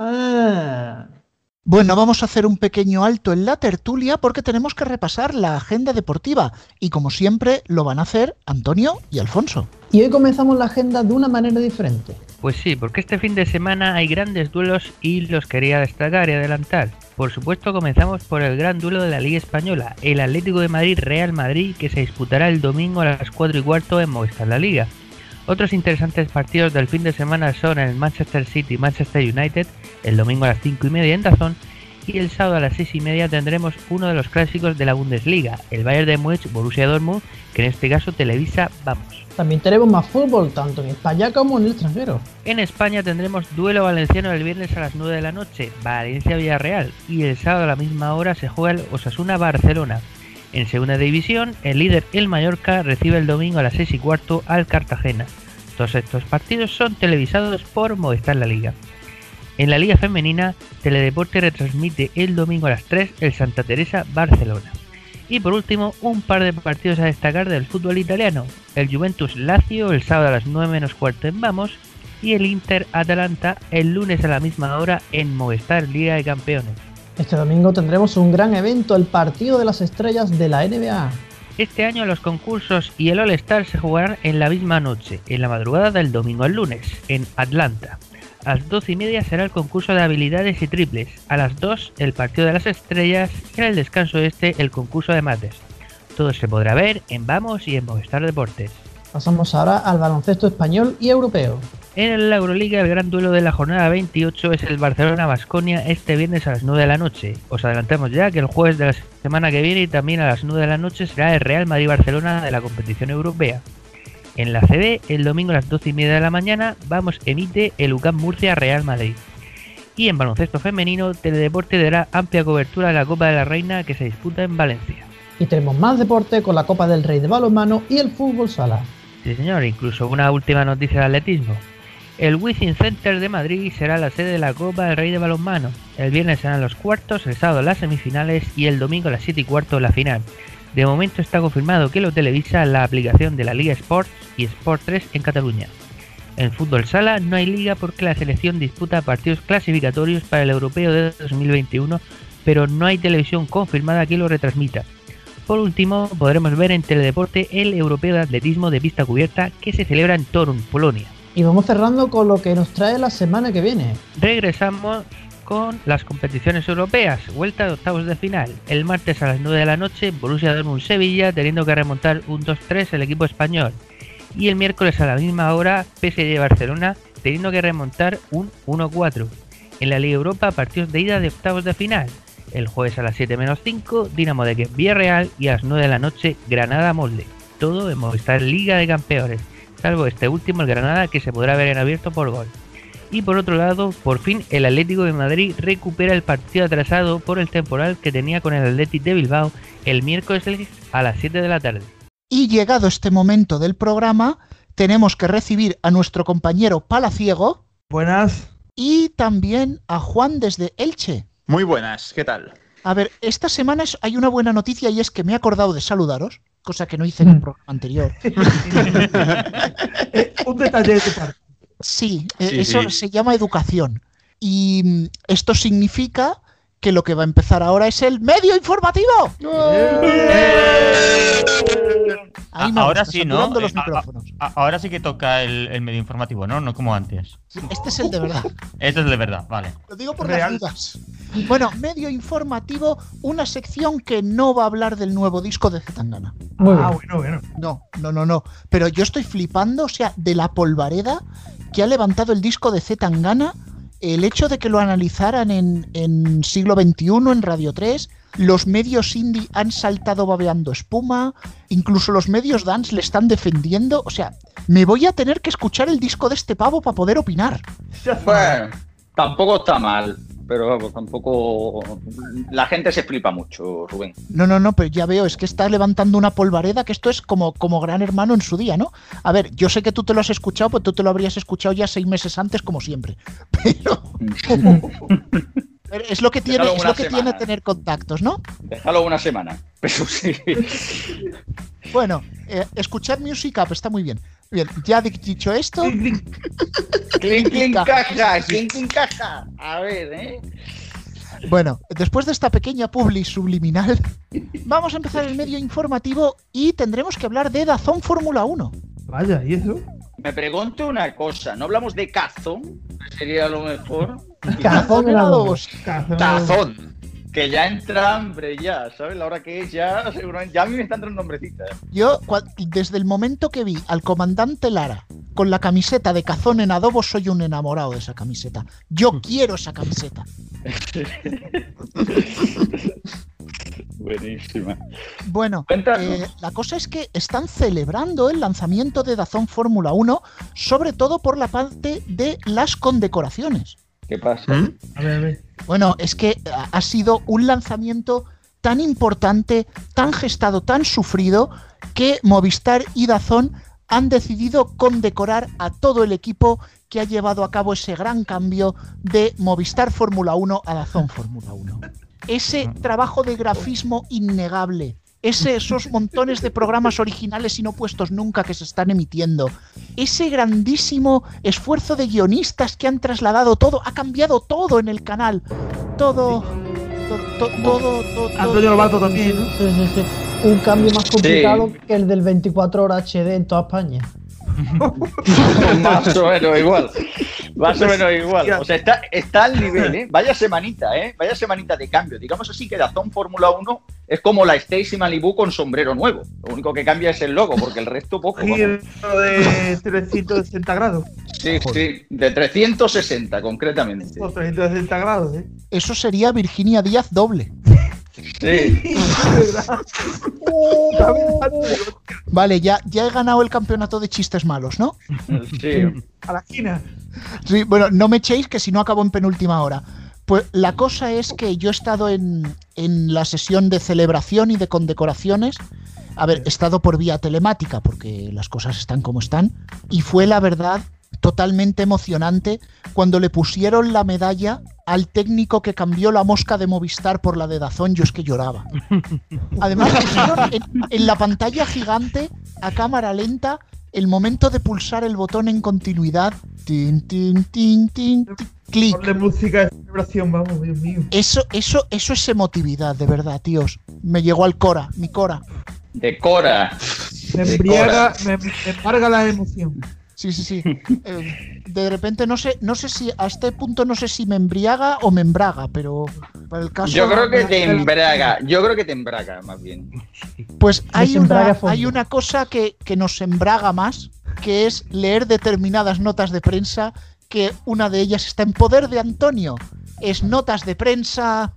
Ah. Bueno, vamos a hacer un pequeño alto en la tertulia porque tenemos que repasar la agenda deportiva. Y como siempre, lo van a hacer Antonio y Alfonso. Y hoy comenzamos la agenda de una manera diferente. Pues sí, porque este fin de semana hay grandes duelos y los quería destacar y adelantar. Por supuesto, comenzamos por el gran duelo de la Liga Española, el Atlético de Madrid-Real Madrid, que se disputará el domingo a las cuatro y cuarto en Movistar La Liga. Otros interesantes partidos del fin de semana son el Manchester City-Manchester United, el domingo a las cinco y media en DAZN, y el sábado a las seis y media tendremos uno de los clásicos de la Bundesliga, el Bayern de Múnich-Borussia Dortmund, que en este caso televisa Vamos. También tenemos más fútbol, tanto en España como en el extranjero. En España tendremos duelo valenciano el viernes a las nueve de la noche, Valencia-Villarreal, y el sábado a la misma hora se juega el Osasuna-Barcelona. En segunda división, el líder, el Mallorca, recibe el domingo a las seis y cuarto al Cartagena. Todos estos partidos son televisados por Movistar La Liga. En la Liga Femenina, Teledeporte retransmite el domingo a las tres el Santa Teresa Barcelona. Y por último, un par de partidos a destacar del fútbol italiano. El Juventus Lazio el sábado a las nueve menos cuarto en Vamos y el Inter Atalanta el lunes a la misma hora en Movistar Liga de Campeones. Este domingo tendremos un gran evento, el Partido de las Estrellas de la N B A. Este año los concursos y el All-Star se jugarán en la misma noche, en la madrugada del domingo al lunes, en Atlanta. A las doce y media será el concurso de habilidades y triples, a las dos el Partido de las Estrellas y en el descanso este el concurso de mates. Todo se podrá ver en Vamos y en Movistar Deportes. Pasamos ahora al baloncesto español y europeo. En la Euroliga el gran duelo de la jornada veintiocho es el Barcelona-Baskonia este viernes a las nueve de la noche. Os adelantamos ya que el jueves de la semana que viene y también a las nueve de la noche será el Real Madrid-Barcelona de la competición europea. En la C B, el domingo a las doce y media de la mañana, Vamos emite el U C A M Murcia-Real Madrid. Y en baloncesto femenino, Teledeporte dará amplia cobertura de la Copa de la Reina que se disputa en Valencia. Y tenemos más deporte con la Copa del Rey de balonmano y el fútbol sala. Sí señor, incluso una última noticia de atletismo. El Wizzing Center de Madrid será la sede de la Copa del Rey de balonmano. El viernes serán los cuartos, el sábado las semifinales y el domingo a las siete y cuarto la final. De momento está confirmado que lo televisa la aplicación de la Liga Sports y Sport tres en Cataluña. En fútbol sala no hay liga porque la selección disputa partidos clasificatorios para el Europeo de dos mil veintiuno, pero no hay televisión confirmada que lo retransmita. Por último, podremos ver en Teledeporte el Europeo de Atletismo de pista cubierta que se celebra en Torun, Polonia. Y vamos cerrando con lo que nos trae la semana que viene. Regresamos con las competiciones europeas, vuelta de octavos de final. El martes a las nueve de la noche, Borussia Dortmund-Sevilla, teniendo que remontar un dos tres el equipo español. Y el miércoles a la misma hora, P S G-Barcelona, teniendo que remontar un uno cuatro. En la Liga Europa, partidos de ida de octavos de final. El jueves a las siete menos cinco, Dinamo de Kiev Villarreal, y a las nueve de la noche, Granada Molde. Todo en Movistar Liga de Campeones, salvo este último, el Granada, que se podrá ver en abierto por gol. Y por otro lado, por fin el Atlético de Madrid recupera el partido atrasado por el temporal que tenía con el Athletic de Bilbao el miércoles a las siete de la tarde. Y llegado este momento del programa, tenemos que recibir a nuestro compañero Palaciego. Buenas. Y también a Juan desde Elche. Muy buenas, ¿qué tal? A ver, esta semana hay una buena noticia y es que me he acordado de saludaros, cosa que no hice en el programa anterior. Un detalle de tu parte. Sí, Sí, eso sí. se llama educación. Y mm, esto significa que lo que va a empezar ahora es el medio informativo. Ahí me Ahora gusta, sí, ¿no? saturando los Eh, a- micrófonos. a- ahora sí que toca el, el medio informativo, ¿no? No como antes. Este es el de verdad. Este es de verdad, vale. Lo digo por Real. las dudas. Bueno, medio informativo, una sección que no va a hablar del nuevo disco de Zetangana. Muy Ah, bien. bueno, bueno. No, no, no, no. Pero yo estoy flipando, o sea, de la polvareda que ha levantado el disco de Zetangana, el hecho de que lo analizaran en, en Siglo veintiuno, en Radio tres, los medios indie han saltado babeando espuma, incluso los medios dance le están defendiendo, o sea, me voy a tener que escuchar el disco de este pavo para poder opinar. Bueno, tampoco está mal, pero vamos, tampoco... La gente se flipa mucho, Rubén. No, no, no, pero ya veo, es que está levantando una polvareda que esto es como, como Gran Hermano en su día, ¿no? A ver, yo sé que tú te lo has escuchado, pues tú te lo habrías escuchado ya seis meses antes, como siempre. Pero, pero es lo que tiene, Déjalo es una lo que semana. tiene tener contactos, ¿no? Déjalo una semana, pero sí. Bueno, eh, escuchar Music Up está muy bien. Bien, ya di- dicho esto, Clink, clink, caja, clink, clink, caja. A ver, ¿eh? bueno, después de esta pequeña publi subliminal, vamos a empezar el medio informativo y tendremos que hablar de Dazón Fórmula uno. Vaya, ¿y eso? Me pregunto una cosa, ¿no hablamos de cazón? Sería lo mejor. Cazón en adobos. Cazón. Tazón. Que ya entra hambre, ya, ¿sabes? La hora que es, ya, seguramente, ya a mí me está entrando hambrecita. Yo, cua- desde el momento que vi al comandante Lara con la camiseta de Cazón en adobo, soy un enamorado de esa camiseta. Yo quiero esa camiseta. Buenísima. Bueno, Cuéntanos. eh, la cosa es que están celebrando el lanzamiento de Dazón Fórmula uno, sobre todo por la parte de las condecoraciones. ¿Qué pasa? ¿Mm? A ver, a ver. Bueno, es que ha- ha sido un lanzamiento tan importante, tan gestado, tan sufrido, que Movistar y Dazón han decidido condecorar a todo el equipo que ha llevado a cabo ese gran cambio de Movistar Fórmula uno a Dazón Fórmula uno. Ese trabajo de grafismo innegable, ese, esos montones de programas originales y no puestos nunca que se están emitiendo, ese grandísimo esfuerzo de guionistas que han trasladado todo, ha cambiado todo en el canal, todo, to- to- todo, todo, todo, Antonio Lobato también, ¿no? Sí, sí, sí. Un cambio más complicado que el del veinticuatro horas H D en toda España. Más o menos igual. Más o menos igual. O sea, está, está al nivel, ¿eh? Vaya semanita, ¿eh? Vaya semanita de cambio. Digamos así que Dazón Fórmula uno es como la Stacy Malibu con sombrero nuevo. Lo único que cambia es el logo, porque el resto poco. vamos. Giro de trescientos sesenta grados. Sí, sí, de trescientos sesenta concretamente. Por trescientos sesenta grados, ¿eh? Eso sería Virginia Díaz doble. Sí. Vale, ya, ya he ganado el campeonato de chistes malos, ¿no? Sí. A la esquina. Sí, bueno, no me echéis que si no acabo en penúltima hora. Pues la cosa es que yo he estado en, en la sesión de celebración y de condecoraciones. A ver, he estado por vía telemática porque las cosas están como están. Y fue la verdad totalmente emocionante cuando le pusieron la medalla al técnico que cambió la mosca de Movistar por la de Dazón. Yo es que lloraba. Además pusieron en, en la pantalla gigante a cámara lenta el momento de pulsar el botón en continuidad. Tin, tin, tin, tin, tin, clic. Ponle música de celebración, vamos, Dios mío. Eso, eso, eso es emotividad, de verdad, tíos. Me llegó al Cora, mi Cora. De Cora. Me De embriaga, me, me embarga la emoción. Sí, sí, sí. Eh, de repente no sé, no sé si a este punto no sé si me embriaga o me embraga, pero para el caso. Yo creo que te embraga, yo creo que te embraga más bien. Pues hay una, fondo. hay una cosa que, que nos embraga más, que es leer determinadas notas de prensa, que una de ellas está en poder de Antonio. Es notas de prensa.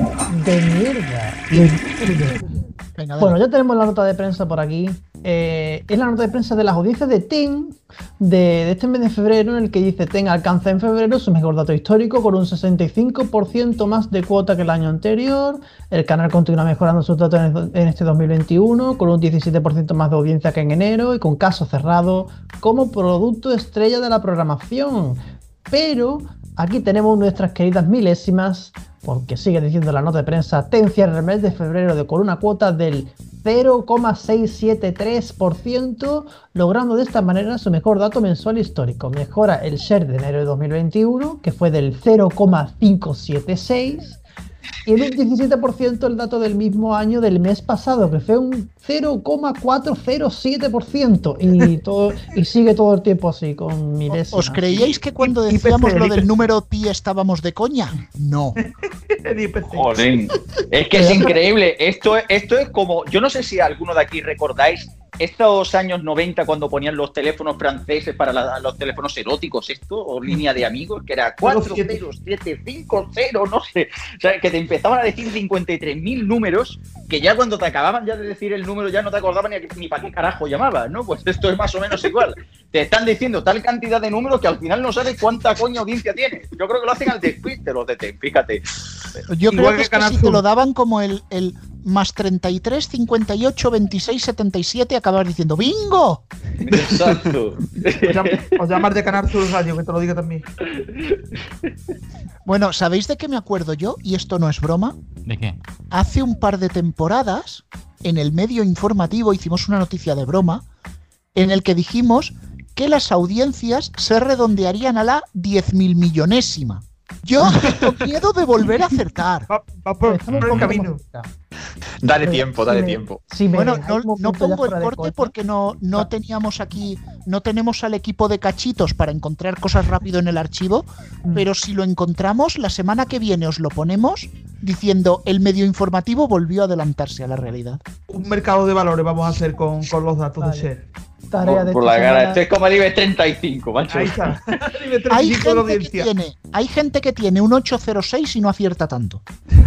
De mierda. De mierda. Venga, Bueno, dale. ya tenemos la nota de prensa por aquí. Eh, es la nota de prensa de las audiencias de T E N de, de este mes de febrero, en el que dice: T E N alcanza en febrero su mejor dato histórico con un sesenta y cinco por ciento más de cuota que el año anterior. El canal continúa mejorando sus datos en, en este dos mil veintiuno con un diecisiete por ciento más de audiencia que en enero y con caso cerrado como producto estrella de la programación. Pero aquí tenemos nuestras queridas milésimas, porque sigue diciendo la nota de prensa: T E N cierra el mes de febrero de, con una cuota del cero coma seiscientos setenta y tres por ciento, logrando de esta manera su mejor dato mensual histórico. Mejora el share de enero de dos mil veintiuno, que fue del cero coma quinientos setenta y seis, y en un diecisiete por ciento el dato del mismo año del mes pasado, que fue un cero coma cuatrocientos siete por ciento, y, todo, y sigue todo el tiempo así, con milésimas. ¿Os creíais que cuando I- decíamos I P C, lo I P C. del número pi estábamos de coña? No. El I P C. Joder, es que es increíble. Esto es, esto es como, yo no sé si alguno de aquí recordáis estos años noventa cuando ponían los teléfonos franceses para la- los teléfonos eróticos, esto, o línea de amigos, que era cuatro cero siete cinco cero, no sé. O sea, que te empezaban a decir cincuenta y tres mil números, que ya cuando te acababan ya de decir el número ya no te acordabas ni, ni para qué carajo llamabas, ¿no? Pues esto es más o menos igual. Te están diciendo tal cantidad de números que al final no sabes cuánta coña audiencia tienes. Yo creo que lo hacen al despiste los de T E N, fíjate. Yo Igual creo que, que es que Canal si te Sur. lo daban como el, el más treinta y tres, cincuenta y ocho, veintiséis, setenta y siete, acabas diciendo ¡bingo! Exacto. Os llam- Os llamas de Canal Sur Radio, que te lo diga también. Bueno, ¿sabéis de qué me acuerdo yo? Y esto no es broma. ¿De qué? Hace un par de temporadas, en el medio informativo hicimos una noticia de broma en el que dijimos que las audiencias se redondearían a la diez mil millonésima. Yo tengo miedo de volver a acertar. Va, va por, Estamos por el con camino. música. Dale Pero tiempo, si dale me- tiempo. si me Bueno, dejáis no, un no momento ya pongo el fuera de corte coña. porque no, no Ah. teníamos aquí, no tenemos al equipo de cachitos para encontrar cosas rápido en el archivo, Mm. pero si lo encontramos, la semana que viene os lo ponemos diciendo el medio informativo volvió a adelantarse a la realidad. Un mercado de valores vamos a hacer con, con los datos Vale. de share. Tarea de Por esta la cara, semana. esto es como el I B E treinta y cinco, macho. Ahí está. Nivel Hay treinta y cinco de gente, que audiencia. tiene, hay gente que tiene un ocho cero seis y no acierta tanto.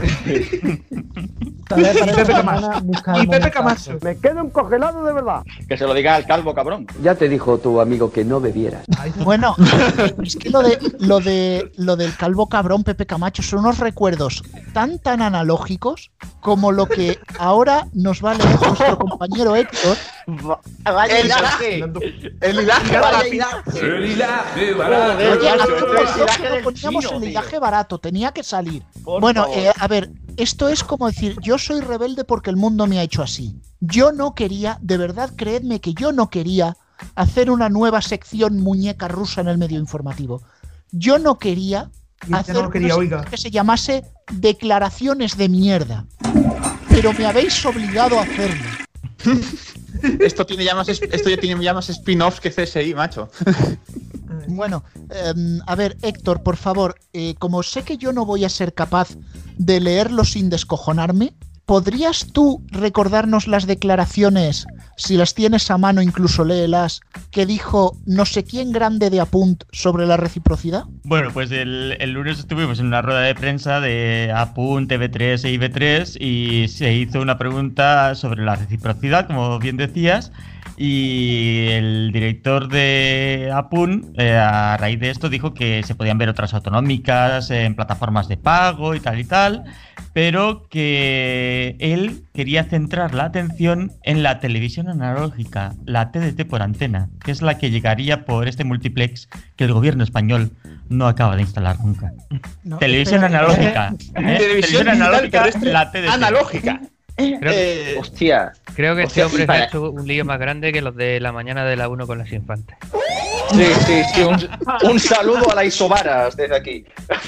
Tarea para Y Pepe esta Camacho. semana, buscar Y el Pepe momentazo. Camacho. Me quedo encongelado de verdad. Que se lo diga al calvo, cabrón. Ya te dijo tu amigo que no bebieras. Ahí está. Bueno, es que lo de lo de lo del calvo cabrón Pepe Camacho son unos recuerdos tan tan analógicos como lo que ahora nos va a leer nuestro compañero Héctor. Vaya hilaje. El hilaje Vaya barato. hilaje. El hilaje Joder, Oye, macho, hace esto poco es hilaje que del poníamos chino, el tío. hilaje barato, tenía que salir. Por Bueno, favor. eh, a ver, esto es como decir, yo soy rebelde porque el mundo me ha hecho así. Yo no quería, de verdad, creedme que yo no quería hacer una nueva sección muñeca rusa en el medio informativo. Yo no quería Y usted hacer no lo quería, una oiga. sección que se llamase declaraciones de mierda. Pero me habéis obligado a hacerlo. Esto tiene ya más, es- esto ya tiene ya más spin-offs que C S I, macho. Bueno, em, a ver, Héctor, por favor, eh, como sé que yo no voy a ser capaz de leerlo sin descojonarme, ¿podrías tú recordarnos las declaraciones, si las tienes a mano, incluso léelas, que dijo no sé quién grande de Apunt sobre la reciprocidad? Bueno, pues el, el lunes estuvimos en una rueda de prensa de Apunt, T V tres e I B tres y se hizo una pregunta sobre la reciprocidad, como bien decías, y el director de Apunt, eh, a raíz de esto, dijo que se podían ver otras autonómicas en plataformas de pago y tal y tal, pero que él quería centrar la atención en la televisión analógica, la T D T por antena, que es la que llegaría por este multiplex que el gobierno español no acaba de instalar nunca. No, Televisión espera, analógica. ¿eh? Televisión digital analógica, terrestre la T D T. analógica. Creo, Eh, Hostia. creo que o este sea, hombre y se ha para- hecho un lío más grande que los de la mañana de la uno con las infantes. Sí, sí, sí. Un, un saludo a la Isobaras desde aquí.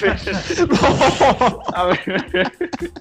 A ver.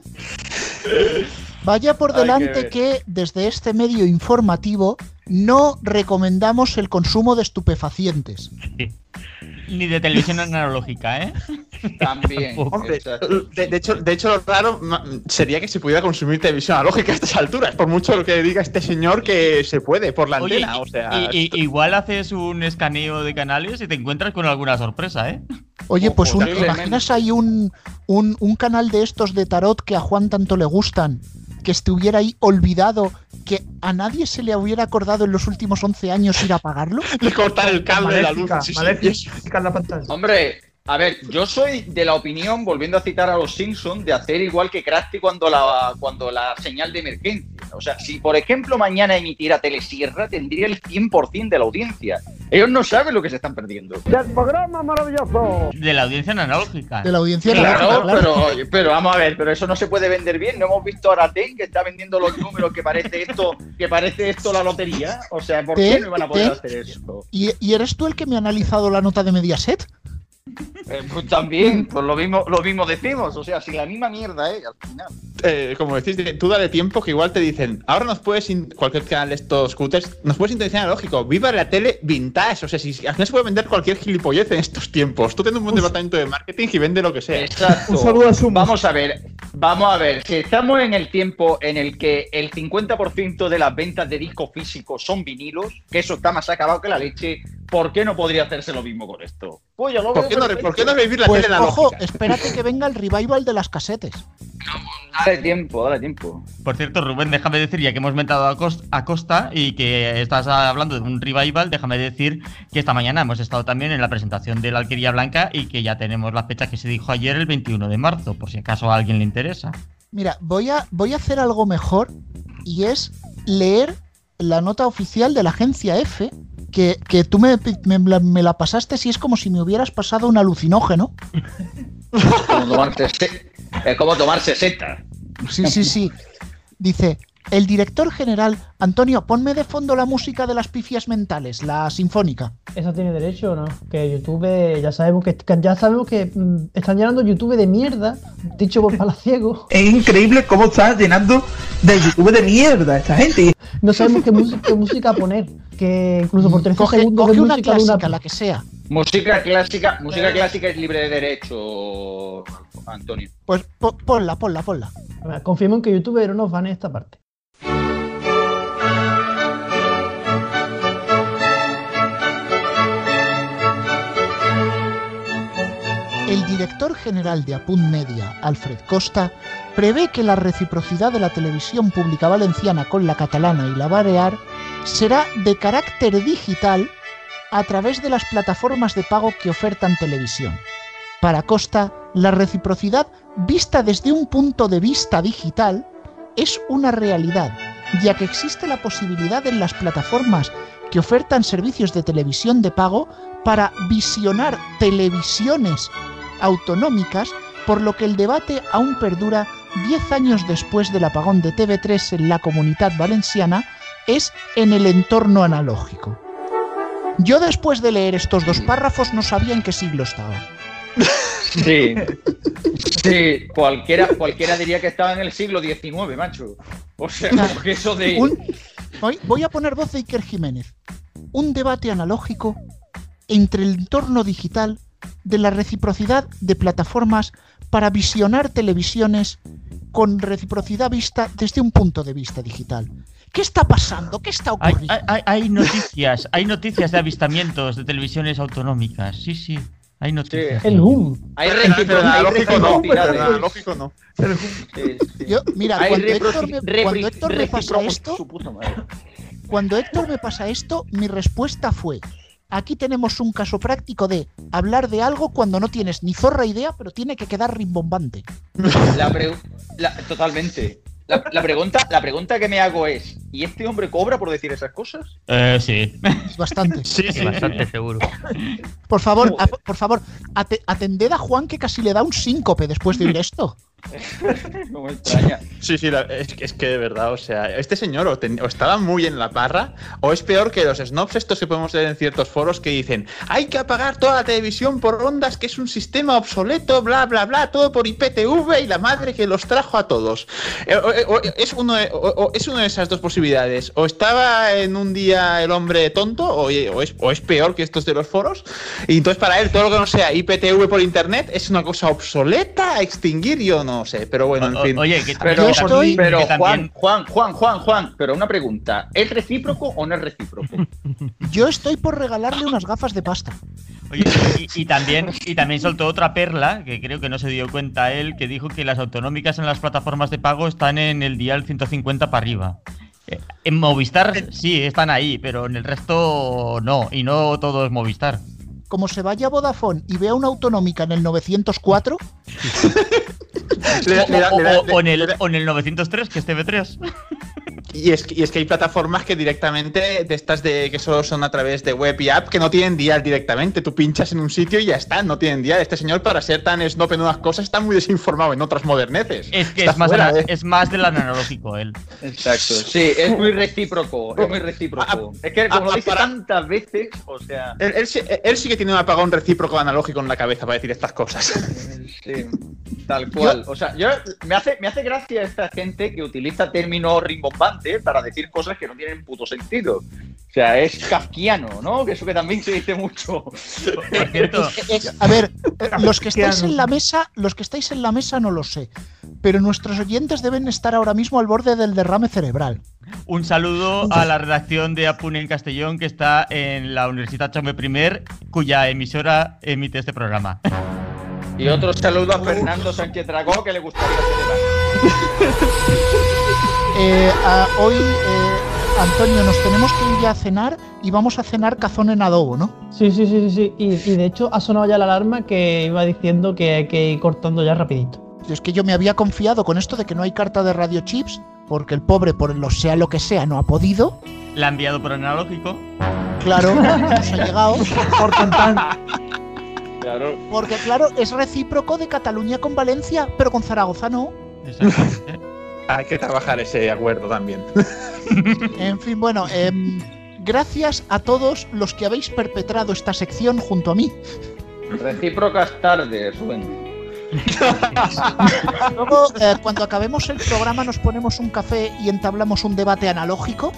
Vaya por Hay que delante ver. que desde este medio informativo no recomendamos el consumo de estupefacientes. Sí. Ni de televisión analógica, ¿eh? También. Hombre, de, de hecho, de hecho, lo raro sería que se pudiera consumir televisión analógica a estas alturas, por mucho lo que diga este señor que se puede por la Oye, antena. O sea, y, y, igual haces un escaneo de canales y te encuentras con alguna sorpresa, ¿eh? Oye, pues un, Posiblemente. imaginas ahí un, un, un canal de estos de tarot que a Juan tanto le gustan, que estuviera ahí olvidado, que a nadie se le hubiera acordado en los últimos once años ir a apagarlo. de cortar el cable de la luz. Maléfica, Sí, sí. maléfica en la pantalla. Hombre, a ver, yo soy de la opinión, volviendo a citar a los Simpsons, de hacer igual que Krusty cuando la, cuando la señal de emergencia. O sea, si por ejemplo mañana emitiera Telesierra, tendría el cien por ciento de la audiencia. Ellos no saben lo que se están perdiendo. ¡Del programa maravilloso! De la audiencia analógica. De la audiencia Claro, analógica, claro. pero, pero vamos a ver, pero eso no se puede vender bien. No hemos visto ahora Ten que está vendiendo los números que parece esto, que parece esto la lotería. O sea, ¿por qué Ten, no iban a poder Ten. hacer eso? ¿Y, ¿Y eres tú el que me ha analizado la nota de Mediaset? Eh, pues también, pues lo mismo, lo mismo decimos. O sea, si la misma mierda, eh, al final. Eh, como decís, tú dale tiempo que igual te dicen, ahora nos puedes, in- cualquier canal de estos scooters, nos puedes sintonizar analógico, viva la tele vintage. O sea, si, si al final se puede vender cualquier gilipollez en estos tiempos. Tú tienes un buen departamento de marketing y vende lo que sea. Exacto. Un saludo a Sumo. Vamos a ver, vamos a ver. Si estamos en el tiempo en el que el cincuenta por ciento de las ventas de discos físicos son vinilos, que eso está más acabado que la leche, ¿por qué no podría hacerse lo mismo con esto? Pues yo lo ¿Por veo qué, no, perfecto. ¿Por qué no revivir la Pues tele ojo, analógica? espérate que venga el revival de las casetes. Dale tiempo, dale tiempo. Por cierto, Rubén, déjame decir, ya que hemos mentado a, Cos- a Costa y que estás hablando de un revival, déjame decir que esta mañana hemos estado también en la presentación de la Alquería Blanca y que ya tenemos la fecha que se dijo ayer, el veintiuno de marzo, por si acaso a alguien le interesa. Mira, voy a, voy a hacer algo mejor y es leer la nota oficial de la agencia F, que, que tú me, me, la- me la pasaste si es como si me hubieras pasado un alucinógeno. Como tomarse, se- es como tomar sesenta. Sí, sí, sí. Dice, el director general, Antonio, ponme de fondo la música de las pifias mentales, la sinfónica. ¿Eso tiene derecho o no? Que YouTube, ya sabemos que, que ya sabemos que mm, están llenando YouTube de mierda, dicho por palaciego. Es increíble cómo está llenando de YouTube de mierda esta gente. No sabemos qué música, qué música poner. Que incluso por trece Coge, segundos coge de una música de clásica, una... la que sea. Música clásica, música clásica es libre de derecho, Antonio. Pues po- ponla, ponla, ponla. Confirmo en que YouTube no nos van en esta parte. El director general de Apunt Media, Alfred Costa, prevé que la reciprocidad de la televisión pública valenciana con la catalana y la balear será de carácter digital a través de las plataformas de pago que ofertan televisión. Para Costa, la reciprocidad vista desde un punto de vista digital es una realidad, ya que existe la posibilidad en las plataformas que ofertan servicios de televisión de pago para visionar televisiones autonómicas, por lo que el debate aún perdura diez años después del apagón de T V tres en la Comunitat Valenciana, es en el entorno analógico. Yo después de leer estos dos párrafos no sabía en qué siglo estaba. Sí, sí, cualquiera, cualquiera diría que estaba en el siglo diecinueve, macho. O sea, porque eso de... Un- voy, voy a poner voz de Iker Jiménez. Un debate analógico entre el entorno digital de la reciprocidad de plataformas para visionar televisiones con reciprocidad vista desde un punto de vista digital. ¿Qué está pasando? ¿Qué está Hay, ocurriendo? hay- hay- hay noticias, hay noticias de avistamientos de televisiones autonómicas. Sí, sí, hay noticias. El boom. Hay Pero recipro- hay analógico no, pero reciprocidades. analógico no. Sí, sí. Yo, mira, Hay cuando repro- Héctor me, repri- cuando Héctor me pasa recipro- esto, su puta madre. cuando Héctor me pasa esto, mi respuesta fue: aquí tenemos un caso práctico de hablar de algo cuando no tienes ni zorra idea, pero tiene que quedar rimbombante. La pre- la- totalmente. La, la pregunta, la pregunta que me hago es, ¿y este hombre cobra por decir esas cosas? Eh, sí. Es bastante. Sí, Sí, sí. bastante seguro. Por favor, a- por favor, ate- atended a Juan que casi le da un síncope después de oír esto. No me extraña. Sí, sí, la, es, es que de verdad, o sea, este señor o, ten, o estaba muy en la parra, o es peor que los snobs estos que podemos ver en ciertos foros que dicen hay que apagar toda la televisión por ondas, que es un sistema obsoleto, bla, bla, bla, todo por I P T V y la madre que los trajo a todos. Eh, o, o, es, uno de, o, o, es una de esas dos posibilidades. O estaba en un día el hombre tonto, o, o, es, o es peor que estos de los foros, y entonces para él todo lo que no sea I P T V por internet es una cosa obsoleta a extinguir, yo no sé, pero bueno, en o, fin. Oye, que pero, estoy... pero que Juan, también... Juan, Juan, Juan, Juan, pero una pregunta, ¿es recíproco o no es recíproco? Yo estoy por regalarle unas gafas de pasta. Oye, y, y, también, y también soltó otra perla, que creo que no se dio cuenta él, que dijo que las autonómicas en las plataformas de pago están en el dial ciento cincuenta para arriba. En Movistar sí, están ahí, pero en el resto no, y no todo es Movistar. Como se vaya a Vodafone y vea una autonómica en el novecientos cuatro... le da, le da, o, le da, o, o, en el, le da. o en el novecientos tres, que es T V tres. Y es, que, y es que hay plataformas que directamente, de estas de que solo son a través de web y app, que no tienen dial directamente. Tú pinchas en un sitio y ya está, no tienen dial. Este señor, para ser tan snob en unas cosas, está muy desinformado en otras moderneces. Es que está es más, fuera, ana- ¿eh? es más del analógico él. Exacto, sí, es muy recíproco, es muy recíproco. Es que como a- lo dice para- tantas veces, o sea... Él, él, sí- él sí que tiene un apagón recíproco analógico en la cabeza para decir estas cosas. Sí, tal cual. O sea, yo me hace, me hace gracia esta gente que utiliza términos rimbombantes para decir cosas que no tienen puto sentido. O sea, es kafkiano, ¿no? Que eso que también se dice mucho. Por cierto, Es- a ver, eh, los que estáis en la mesa, los que estáis en la mesa no lo sé, pero nuestros oyentes deben estar ahora mismo al borde del derrame cerebral. un saludo a la redacción de Apune en Castellón, que está en la Universidad Jaume I, cuya emisora emite este programa. Y otro saludo a Fernando Sánchez Dragó, que le gustaría celebrar. Eh, a- hoy, eh, Antonio, nos tenemos que ir ya a cenar y vamos a cenar cazón en adobo, ¿no? Sí, sí, sí, sí, sí. Y, y de hecho ha sonado ya la alarma que iba diciendo que hay que ir cortando ya rapidito. Es que yo me había confiado con esto de que no hay carta de Radio Chips, porque el pobre, por lo sea lo que sea, no ha podido. La ha enviado por analógico. Claro, nos ha llegado. Por tantan. Claro. Porque, claro, es recíproco de Cataluña con Valencia, pero con Zaragoza no. Exactamente. Hay que trabajar ese acuerdo también. En fin, bueno, em, gracias a todos los que habéis perpetrado esta sección junto a mí. Recíprocas tardes, Rubén. Luego, eh, cuando acabemos el programa, nos ponemos un café y entablamos un debate analógico.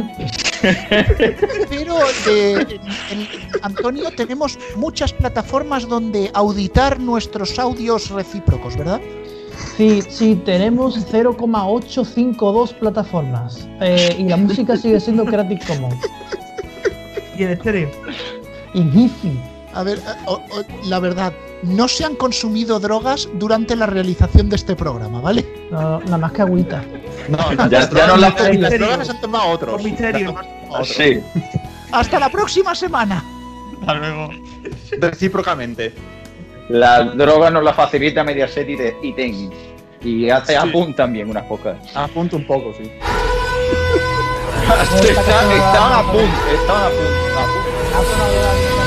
Pero, eh, en- en- Antonio, tenemos muchas plataformas donde auditar nuestros audios recíprocos, ¿verdad? Sí, sí, tenemos cero coma ochocientos cincuenta y dos plataformas. Eh, y la música sigue siendo Creative Commons. Y en estéreo. Y Giphy. A ver, eh, o- o- la verdad, no se han consumido drogas durante la realización de este programa, ¿vale? No, nada más que agüita. No, Ya- las ya no la- drogas- las misterio. drogas las han tomado otros. Por misterio. Las han tomado otros. Sí. Hasta la próxima semana. Hasta luego. Recíprocamente. La droga nos la facilita Mediaset y, de, y Ten. Y hace Sí. Apun también unas pocas. Apunto un poco, sí. Está- Estaban a Apun, estaban a Apun. Ha sonado la-